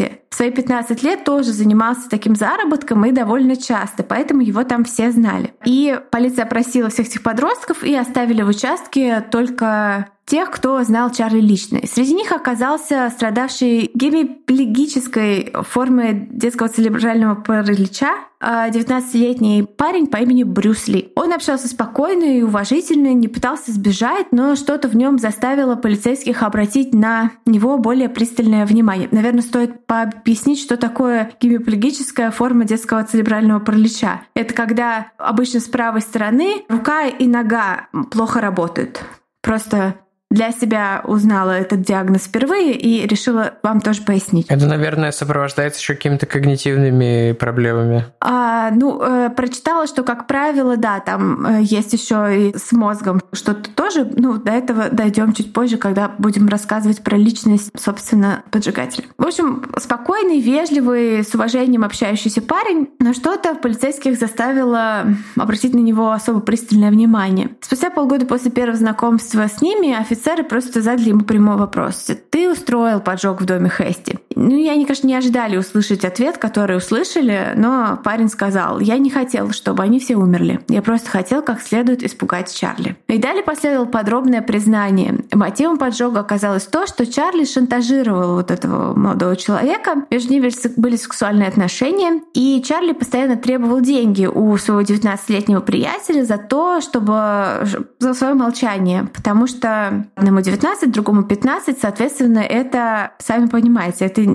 свои пятнадцать лет тоже занимался таким заработком и довольно часто, поэтому его там все знали. И полиция опросила всех этих подростков и оставили в участке только тех, кто знал Чарли лично. Среди них оказался страдавший гемиплегической формой детского церебрального паралича девятнадцатилетний парень по имени Брюс Ли. Он общался спокойно и уважительно, не пытался сбежать, но что-то в нем заставило полицейских обратить на него более пристальное внимание. Наверное, стоит пообъяснить, что такое гемиплегическая форма детского церебрального паралича. Это когда обычно с правой стороны рука и нога плохо работают. Просто для себя узнала этот диагноз впервые и решила вам тоже пояснить. Это, наверное, сопровождается еще какими-то когнитивными проблемами. А, ну, э, прочитала, что, как правило, да, там э, есть еще и с мозгом что-то тоже. Ну, до этого дойдем чуть позже, когда будем рассказывать про личность, собственно, поджигателя. В общем, спокойный, вежливый, с уважением общающийся парень, но что-то полицейских заставило обратить на него особо пристальное внимание. Спустя полгода после первого знакомства с ними офицер Офицеры просто задали ему прямой вопрос. «Ты устроил поджог в доме Хести?» Ну, и они, конечно, не ожидали услышать ответ, который услышали, но парень сказал: «Я не хотел, чтобы они все умерли. Я просто хотел как следует испугать Чарли». И далее последовало подробное признание. Мотивом поджога оказалось то, что Чарли шантажировал вот этого молодого человека. Между ними были сексуальные отношения, и Чарли постоянно требовал деньги у своего девятнадцатилетнего приятеля за то, чтобы за свое молчание, потому что одному девятнадцать, другому пятнадцать, соответственно, это, сами понимаете, это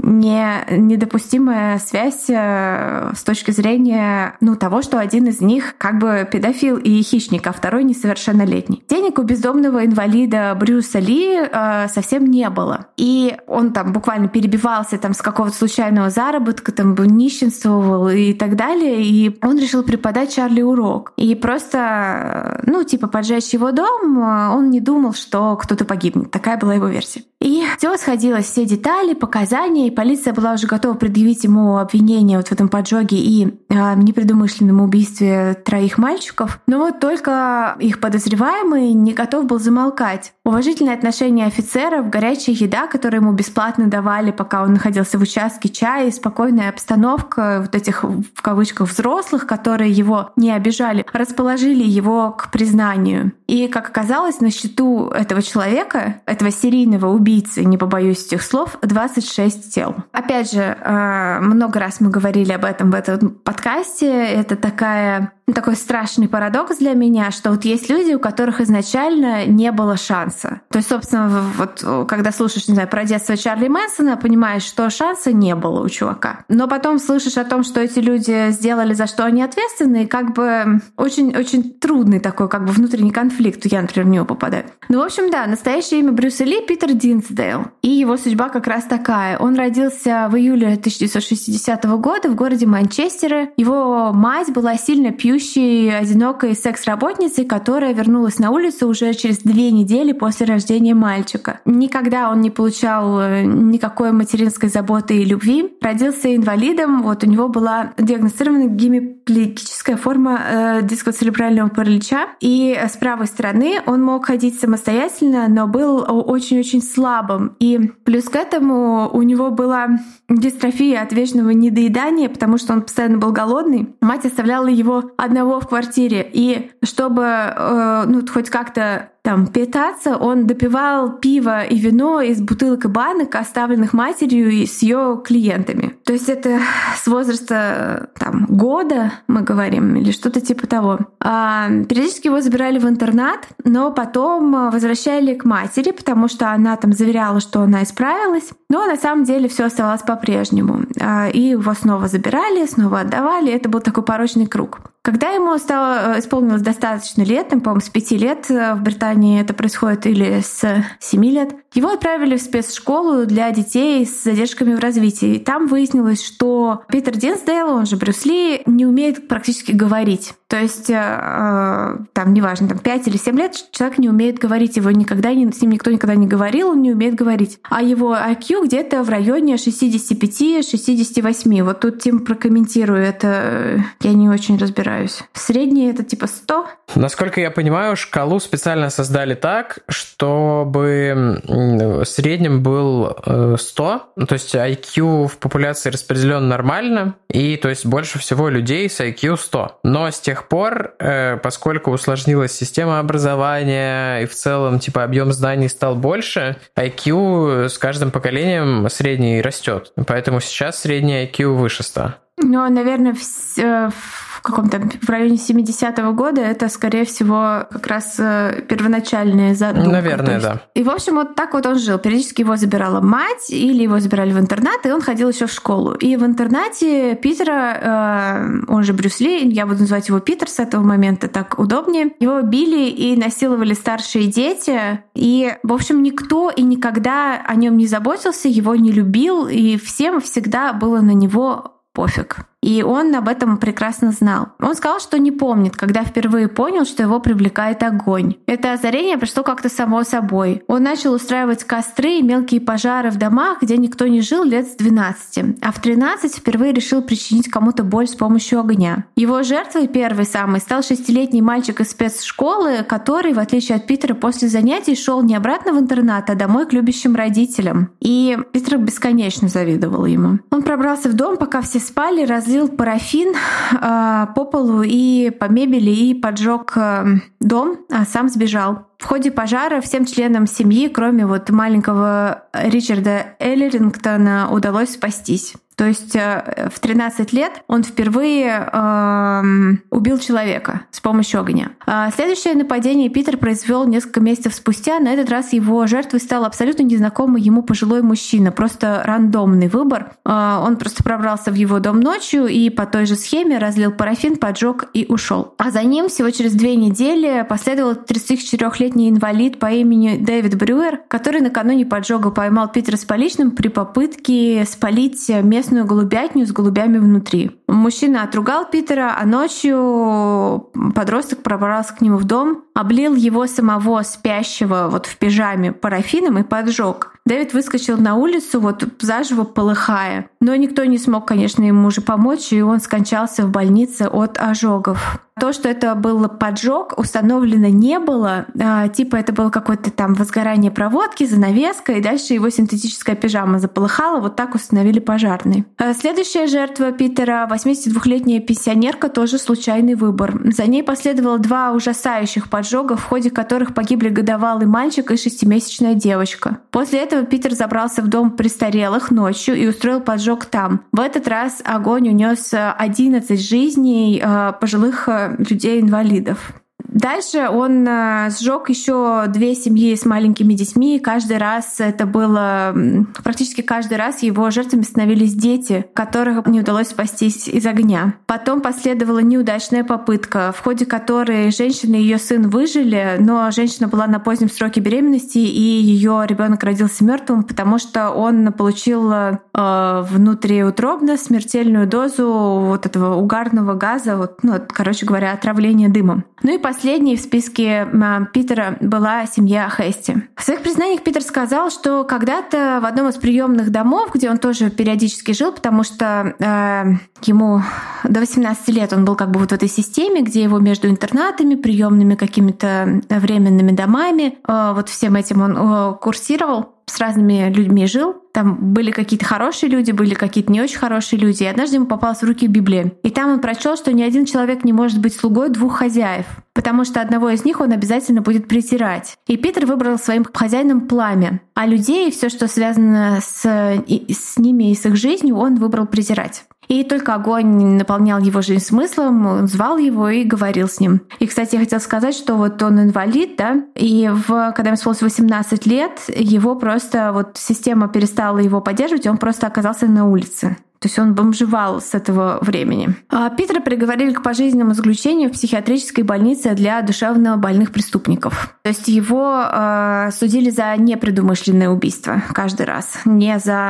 не недопустимая связь с точки зрения ну, того, что один из них как бы педофил и хищник, а второй несовершеннолетний. Денег у бездомного инвалида Брюса Ли э, совсем не было. И он там буквально перебивался там, с какого-то случайного заработка, там нищенствовал и так далее. И он решил преподать Чарли урок. И просто, ну, типа, поджечь его дом, он не думал, что кто-то погибнет. Такая была его версия. И все сходилось, все детали, показания, и полиция была уже готова предъявить ему обвинение вот в этом поджоге и э, непредумышленном убийстве троих мальчиков. Но вот только их подозреваемый не готов был замолкать. Уважительное отношение офицеров, горячая еда, которую ему бесплатно давали, пока он находился в участке, чай, спокойная обстановка вот этих, в кавычках, взрослых, которые его не обижали, расположили его к признанию. И, как оказалось, на счету этого человека, этого серийного убийцы, не побоюсь этих слов, двадцать шесть тел. Опять же, много раз мы говорили об этом в этом подкасте. Это такая, такой страшный парадокс для меня, что вот есть люди, у которых изначально не было шанса. То есть, собственно, вот когда слушаешь, не знаю, про детство Чарли Мэнсона, понимаешь, что шанса не было у чувака. Но потом слышишь о том, что эти люди сделали, за что они ответственны, и как бы очень-очень трудный такой как бы внутренний конфликт. Я, например, в него попадаю. Ну, в общем, да, настоящее имя Брюса Ли — Питер Динсдейл. И его судьба как раз такая. Он родился в июле тысяча девятьсот шестидесятого года в городе Манчестере. Его мать была сильно пьющей, одинокой секс-работницей, которая вернулась на улицу уже через две недели после рождения мальчика. Никогда он не получал никакой материнской заботы и любви. Родился инвалидом. Вот у него была диагностирована гемиплегическая форма э, детского церебрального паралича. И с правой стороны он мог ходить самостоятельно, но был очень-очень слабым. И плюс к этому у него была дистрофия от вечного недоедания, потому что он постоянно был голодный. Мать оставляла его одного в квартире. И чтобы э, ну, хоть как-то там питаться, он допивал пиво и вино из бутылок и банок, оставленных матерью и с ее клиентами. То есть это с возраста там, года, мы говорим, или что-то типа того. А, периодически его забирали в интернат, но потом возвращали к матери, потому что она там заверяла, что она исправилась. Но на самом деле все оставалось по-прежнему. А, и его снова забирали, снова отдавали. Это был такой порочный круг. Когда ему стало, исполнилось достаточно лет, там, по-моему, с пяти лет, в Британии это происходит, или с семи лет, его отправили в спецшколу для детей с задержками в развитии. И там выяснилось, выяснилось, что Питер Динсдейл, он же Брюс Ли, не умеет практически говорить. То есть, э, там, неважно, там, пять или семь лет человек не умеет говорить, его никогда не, с ним никто никогда не говорил, он не умеет говорить. А его ай кью где-то в районе шестьдесят пять - шестьдесят восемь. Вот тут Тим прокомментирую, это я не очень разбираюсь. Средний это типа сто? Насколько я понимаю, шкалу специально создали так, чтобы в среднем был сто, то есть ай кью в популяции распределен нормально, и то есть больше всего людей с ай кью сто. Но с тех пор, поскольку усложнилась система образования и в целом типа объем знаний стал больше, ай кью с каждым поколением средний растет. Поэтому сейчас средний ай кью выше ста. Ну, наверное, в, в каком-то в районе семидесятого года это, скорее всего, как раз первоначальная задумка. Наверное, есть, да. И, в общем, вот так вот он жил. Периодически его забирала мать или его забирали в интернат, и он ходил еще в школу. И в интернате Питера, он же Брюс Ли, я буду называть его Питер с этого момента, так удобнее, его били и насиловали старшие дети. И, в общем, никто и никогда о нем не заботился, его не любил, и всем всегда было на него пофиг. И он об этом прекрасно знал. Он сказал, что не помнит, когда впервые понял, что его привлекает огонь. Это озарение пришло как-то само собой. Он начал устраивать костры и мелкие пожары в домах, где никто не жил, лет с двенадцати. А в тринадцать впервые решил причинить кому-то боль с помощью огня. Его жертвой первый самый стал шестилетний мальчик из спецшколы, который, в отличие от Питера, после занятий шел не обратно в интернат, а домой к любящим родителям. И Питер бесконечно завидовал ему. Он пробрался в дом, пока все спали, разлил парафин э, по полу и по мебели и поджег э, дом, а сам сбежал. В ходе пожара всем членам семьи, кроме вот маленького Ричарда Эллирингтона, удалось спастись. То есть э, в тринадцать лет он впервые э, убил человека с помощью огня. А следующее нападение Питер произвел несколько месяцев спустя. На этот раз его жертвой стал абсолютно незнакомый ему пожилой мужчина. Просто рандомный выбор. Э, он просто пробрался в его дом ночью и по той же схеме разлил парафин, поджег и ушел. А за ним всего через две недели последовал тридцатичетырёхлетний инвалид по имени Дэвид Брюер, который накануне поджога поймал Питера с поличным при попытке спалить место голубятню с голубями внутри. Мужчина отругал Питера, а ночью подросток пробрался к нему в дом, облил его самого спящего вот в пижаме парафином и поджег. Дэвид выскочил на улицу, вот заживо полыхая. Но никто не смог, конечно, ему уже помочь, и он скончался в больнице от ожогов. То, что это был поджог, установлено не было. А, типа это было какое-то там возгорание проводки, занавеска, и дальше его синтетическая пижама заполыхала. Вот так установили пожарные. А следующая жертва Питера — восьмидесятидвухлетняя пенсионерка, тоже случайный выбор. За ней последовало два ужасающих поджога, в ходе которых погибли годовалый мальчик и шестимесячная девочка. После этого Питер забрался в дом престарелых ночью и устроил поджог там. В этот раз огонь унес одиннадцать жизней э, пожилых э, людей-инвалидов. Дальше он сжег еще две семьи с маленькими детьми. Каждый раз это было... Практически каждый раз его жертвами становились дети, которых не удалось спастись из огня. Потом последовала неудачная попытка, в ходе которой женщина и ее сын выжили, но женщина была на позднем сроке беременности, и ее ребенок родился мертвым, потому что он получил э, внутриутробно смертельную дозу вот этого угарного газа, вот, ну, короче говоря, отравление дымом. Ну и последней в списке Питера была семья Хести. В своих признаниях Питер сказал, что когда-то в одном из приемных домов, где он тоже периодически жил, потому что э, ему до восемнадцати лет он был как бы вот в этой системе, где его между интернатами, приемными какими-то временными домами, э, вот всем этим он э, курсировал, с разными людьми жил. Там были какие-то хорошие люди, были какие-то не очень хорошие люди. И однажды ему попалась в руки Библия. И там он прочел, что ни один человек не может быть слугой двух хозяев, потому что одного из них он обязательно будет презирать. И Питер выбрал своим хозяином пламя, а людей, все, что связано с, и, с ними и с их жизнью, он выбрал презирать. И только огонь наполнял его жизнь смыслом, он звал его и говорил с ним. И, кстати, я хотела сказать, что вот он инвалид, да, и в, когда ему исполнилось восемнадцать лет, его просто вот система перестала его поддерживать, и он просто оказался на улице. То есть он бомжевал с этого времени. Питера приговорили к пожизненному заключению в психиатрической больнице для душевно больных преступников. То есть его э, судили за непредумышленное убийство каждый раз, не за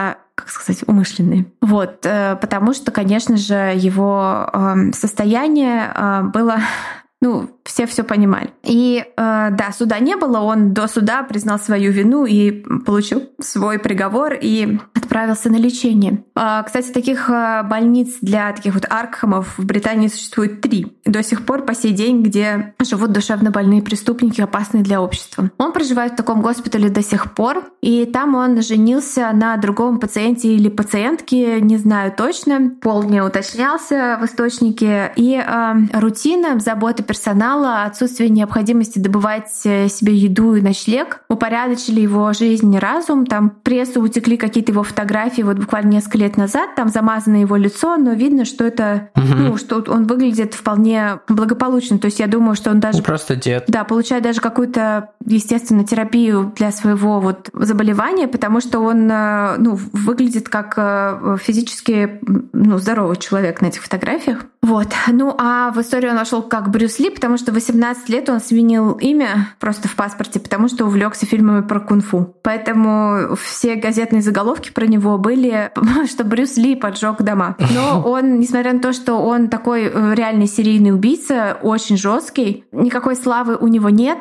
как сказать, умышленные. Вот, потому что, конечно же, его состояние было... Ну, все все понимали. И э, да, суда не было, он до суда признал свою вину и получил свой приговор и отправился на лечение. Э, кстати, таких э, больниц для таких вот Аркхемов в Британии существует три. До сих пор по сей день, где живут душевно больные преступники, опасные для общества. Он проживает в таком госпитале до сих пор, и там он женился на другом пациенте или пациентке, не знаю точно, пол не уточнялся в источнике. И э, рутина, забота персонала, отсутствие необходимости добывать себе еду и ночлег упорядочили его жизнь и разум. Там в прессу утекли какие-то его фотографии вот буквально несколько лет назад, там замазано его лицо, но видно, что это, угу. ну, что он выглядит вполне благополучно. То есть я думаю, что он даже... Просто дед. Да, получает даже какую-то, естественно, терапию для своего вот заболевания, потому что он, ну, выглядит как физически, ну, здоровый человек на этих фотографиях. Вот. Ну, а в историю он вошел как Брюс Ли, потому что в восемнадцать лет он сменил имя просто в паспорте, потому что увлекся фильмами про кунг-фу. Поэтому все газетные заголовки про него были, что Брюс Ли поджег дома. Но он, несмотря на то, что он такой реальный серийный убийца, очень жесткий, никакой славы у него нет,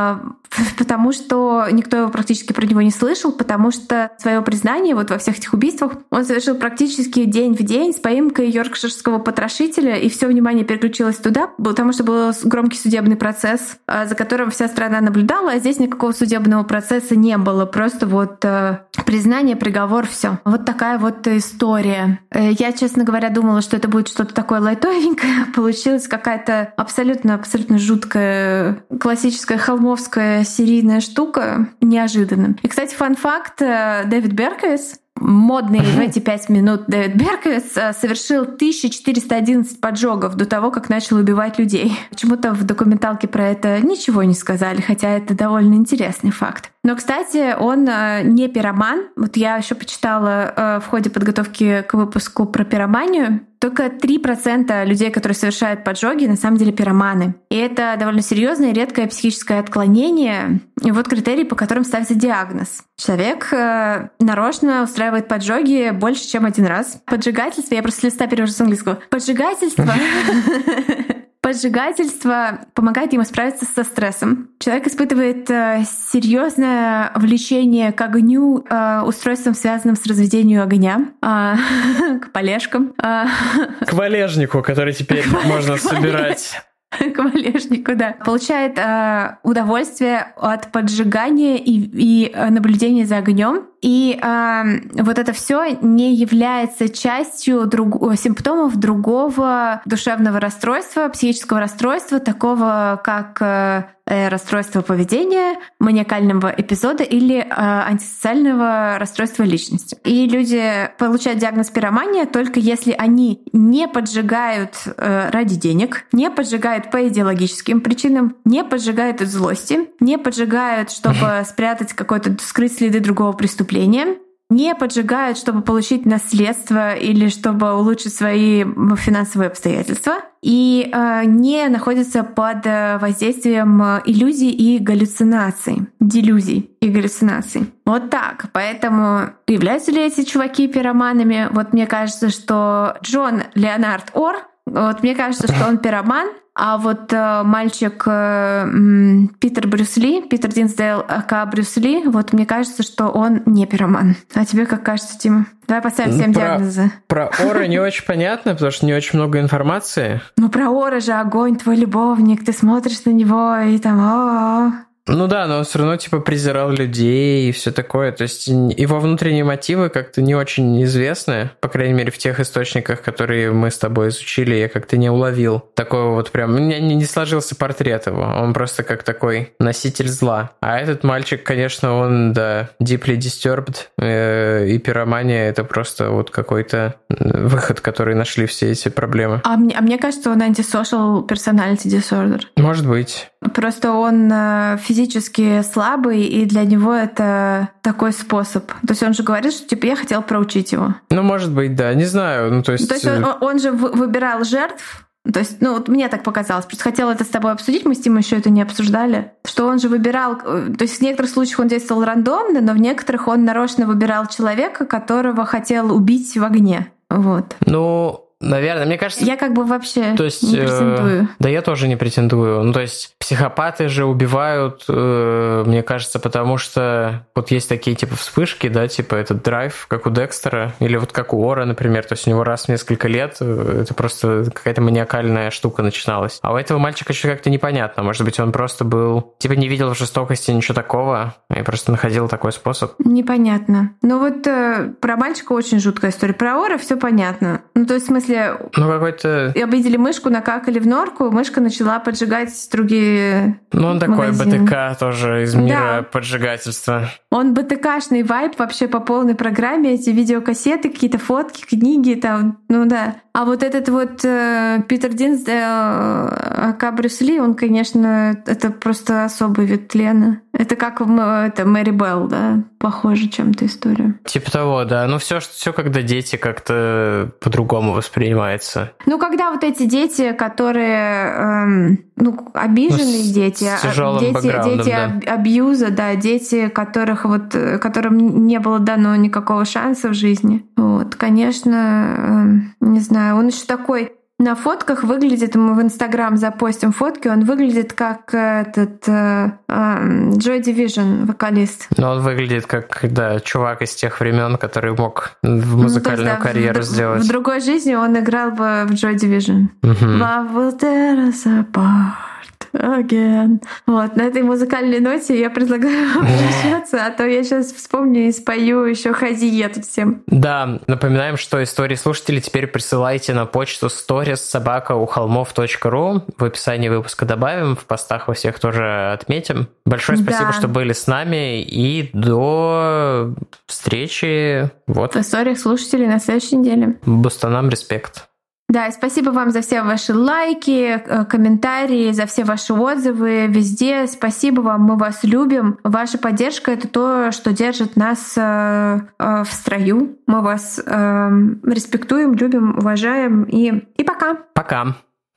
потому что никто его практически про него не слышал, потому что свое признание вот во всех этих убийствах он совершил практически день в день с поимкой йоркширского потрошителя, и все внимание переключилось туда, потому что был громкий судебный процесс, за которым вся страна наблюдала, а здесь никакого судебного процесса не было, просто вот признание, приговор, все. Вот такая вот история. Я, честно говоря, думала, что это будет что-то такое лайтовенькое, получилась какая-то абсолютно-абсолютно жуткая классическая холмовская серийная штука, неожиданно. И, кстати, фан-факт, Дэвид Берковиц, модный в эти пять минут Дэвид Берковиц, совершил тысяча четыреста одиннадцать поджогов до того, как начал убивать людей. Почему-то в документалке про это ничего не сказали, хотя это довольно интересный факт. Но, кстати, он не пироман. Вот я еще почитала в ходе подготовки к выпуску про пироманию. Только три процента людей, которые совершают поджоги, на самом деле пироманы. И это довольно серьезное и редкое психическое отклонение. И вот критерии, по которым ставится диагноз. Человек э, нарочно устраивает поджоги больше, чем один раз. Поджигательство, я просто с листа перевожу с английского. Поджигательство... Поджигательство помогает ему справиться со стрессом. Человек испытывает э, серьезное влечение к огню, э, устройствам, связанным с разведением огня, э, к полежкам. Э, к валежнику, который теперь можно собирать. К валежнику, да. Получает э, удовольствие от поджигания и, и наблюдения за огнем. И э, вот это все не является частью друг... симптомов другого душевного расстройства, психического расстройства, такого как э, расстройство поведения, маниакального эпизода или э, антисоциального расстройства личности. И люди получают диагноз пиромания только если они не поджигают э, ради денег, не поджигают по идеологическим причинам, не поджигают от злости, не поджигают, чтобы спрятать какой-то, скрыть следы другого преступления, не поджигают, чтобы получить наследство или чтобы улучшить свои финансовые обстоятельства, и э, не находятся под воздействием иллюзий и галлюцинаций, делюзий и галлюцинаций. Вот так. Поэтому являются ли эти чуваки пироманами? Вот мне кажется, что Джон Леонард Орр, вот мне кажется, что он пироман, а вот э, мальчик э, э, Питер Брюс Ли, Питер Динсдейл, ака Брюс Ли, вот мне кажется, что он не пироман. А тебе как кажется, Тима? Давай поставим всем про, диагнозы. Про Орра не очень понятно, потому что не очень много информации. Ну про Орра же огонь, твой любовник, ты смотришь на него и там... О-о-о. Ну да, но он все равно типа презирал людей и все такое. То есть его внутренние мотивы как-то не очень известны. По крайней мере, в тех источниках, которые мы с тобой изучили, я как-то не уловил такого вот прям... У меня не сложился портрет его. Он просто как такой носитель зла. А этот мальчик, конечно, он, да, deeply disturbed. И пиромания — это просто вот какой-то выход, который нашли все эти проблемы. А мне, а мне кажется, он antisocial personality disorder. Может быть. Просто он физически слабый, и для него это такой способ. То есть он же говорит, что типа я хотел проучить его. Ну, может быть, да, не знаю. Ну, то есть то есть он, он же выбирал жертв, То есть, ну, вот мне так показалось. Просто хотела это с тобой обсудить, мы с Тимой еще это не обсуждали. Что он же выбирал... То есть в некоторых случаях он действовал рандомно, но в некоторых он нарочно выбирал человека, которого хотел убить в огне. Вот. Ну... Наверное, мне кажется... Я как бы вообще то есть, не претендую. Э, да я тоже не претендую. Ну, то есть психопаты же убивают, э, мне кажется, потому что вот есть такие типа вспышки, да, типа этот драйв, как у Декстера, или вот как у Ора, например. То есть у него раз в несколько лет это просто какая-то маниакальная штука начиналась. А у этого мальчика еще как-то непонятно. Может быть, он просто был... Типа не видел в жестокости ничего такого, и просто находил такой способ. Непонятно. Ну вот э, про мальчика очень жуткая история. Про Ора все понятно. Ну, то есть в смысле Ну, какой-то... И обидели мышку, накакали в норку, мышка начала поджигать другие Ну, он такой магазины. БТК тоже из мира Да. поджигательства. Он БТКшный вайб вообще по полной программе. Эти видеокассеты, какие-то фотки, книги там, ну да. А вот этот вот э, Питер Динсдейл, э, ака Брюс Ли, он, конечно, это просто особый вид тлена. Это как в, это Мэри Белл, да? Похоже чем-то история. Типа того, да. Ну, все, все, когда дети как-то по-другому воспринимается. Ну, когда вот эти дети, которые, эм, ну, обиженные Ну, дети, с тяжелым дети, бэкграундом, дети да. аб- абьюза, да, дети, которых вот, э, которым не было дано никакого шанса в жизни. Вот, конечно, эм, не знаю, он еще такой на фотках выглядит, мы в Инстаграм запостим фотки, он выглядит как этот э, э, Joy Division, вокалист. Но он выглядит как, да, чувак из тех времен, который мог в музыкальную Ну, то есть, да, карьеру в, сделать. В другой жизни он играл бы в Joy Division. Мгм. Love will tear us apart again. Вот, на этой музыкальной ноте я предлагаю прощаться, а то я сейчас вспомню и спою еще Хазие тут всем. Да, напоминаем, что истории слушателей теперь присылайте на почту stories собака у холмов точка ру. В описании выпуска добавим, в постах во всех тоже отметим. Большое спасибо, Да. что были с нами, и до встречи. Вот, В историях слушателей на следующей неделе. Бустанам респект. Да, и спасибо вам за все ваши лайки, э, комментарии, за все ваши отзывы везде. Спасибо вам, мы вас любим. Ваша поддержка — это то, что держит нас э, э, в строю. Мы вас э, респектуем, любим, уважаем. И, и пока! Пока.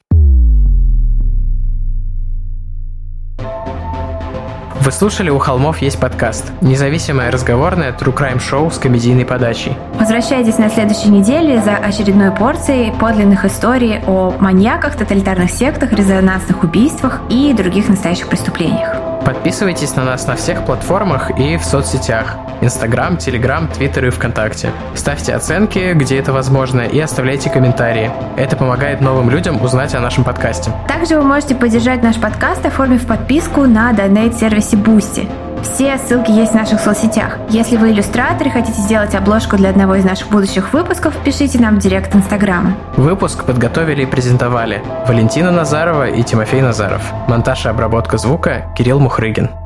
Вы слушали «У холмов есть подкаст» — независимое разговорное true crime шоу с комедийной подачей. Возвращайтесь на следующей неделе за очередной порцией подлинных историй о маньяках, тоталитарных сектах, резонансных убийствах и других настоящих преступлениях. Подписывайтесь на нас на всех платформах и в соцсетях: Инстаграм, Телеграм, Твиттер и ВКонтакте. Ставьте оценки, где это возможно, и оставляйте комментарии. Это помогает новым людям узнать о нашем подкасте. Также вы можете поддержать наш подкаст, оформив подписку на донейт-сервисе Boosty. Все ссылки есть в наших соцсетях. Если вы иллюстратор и хотите сделать обложку для одного из наших будущих выпусков, пишите нам в директ Инстаграма. Выпуск подготовили и презентовали Валентина Назарова и Тимофей Назаров. Монтаж и обработка звука — Кирилл Мухрыгин.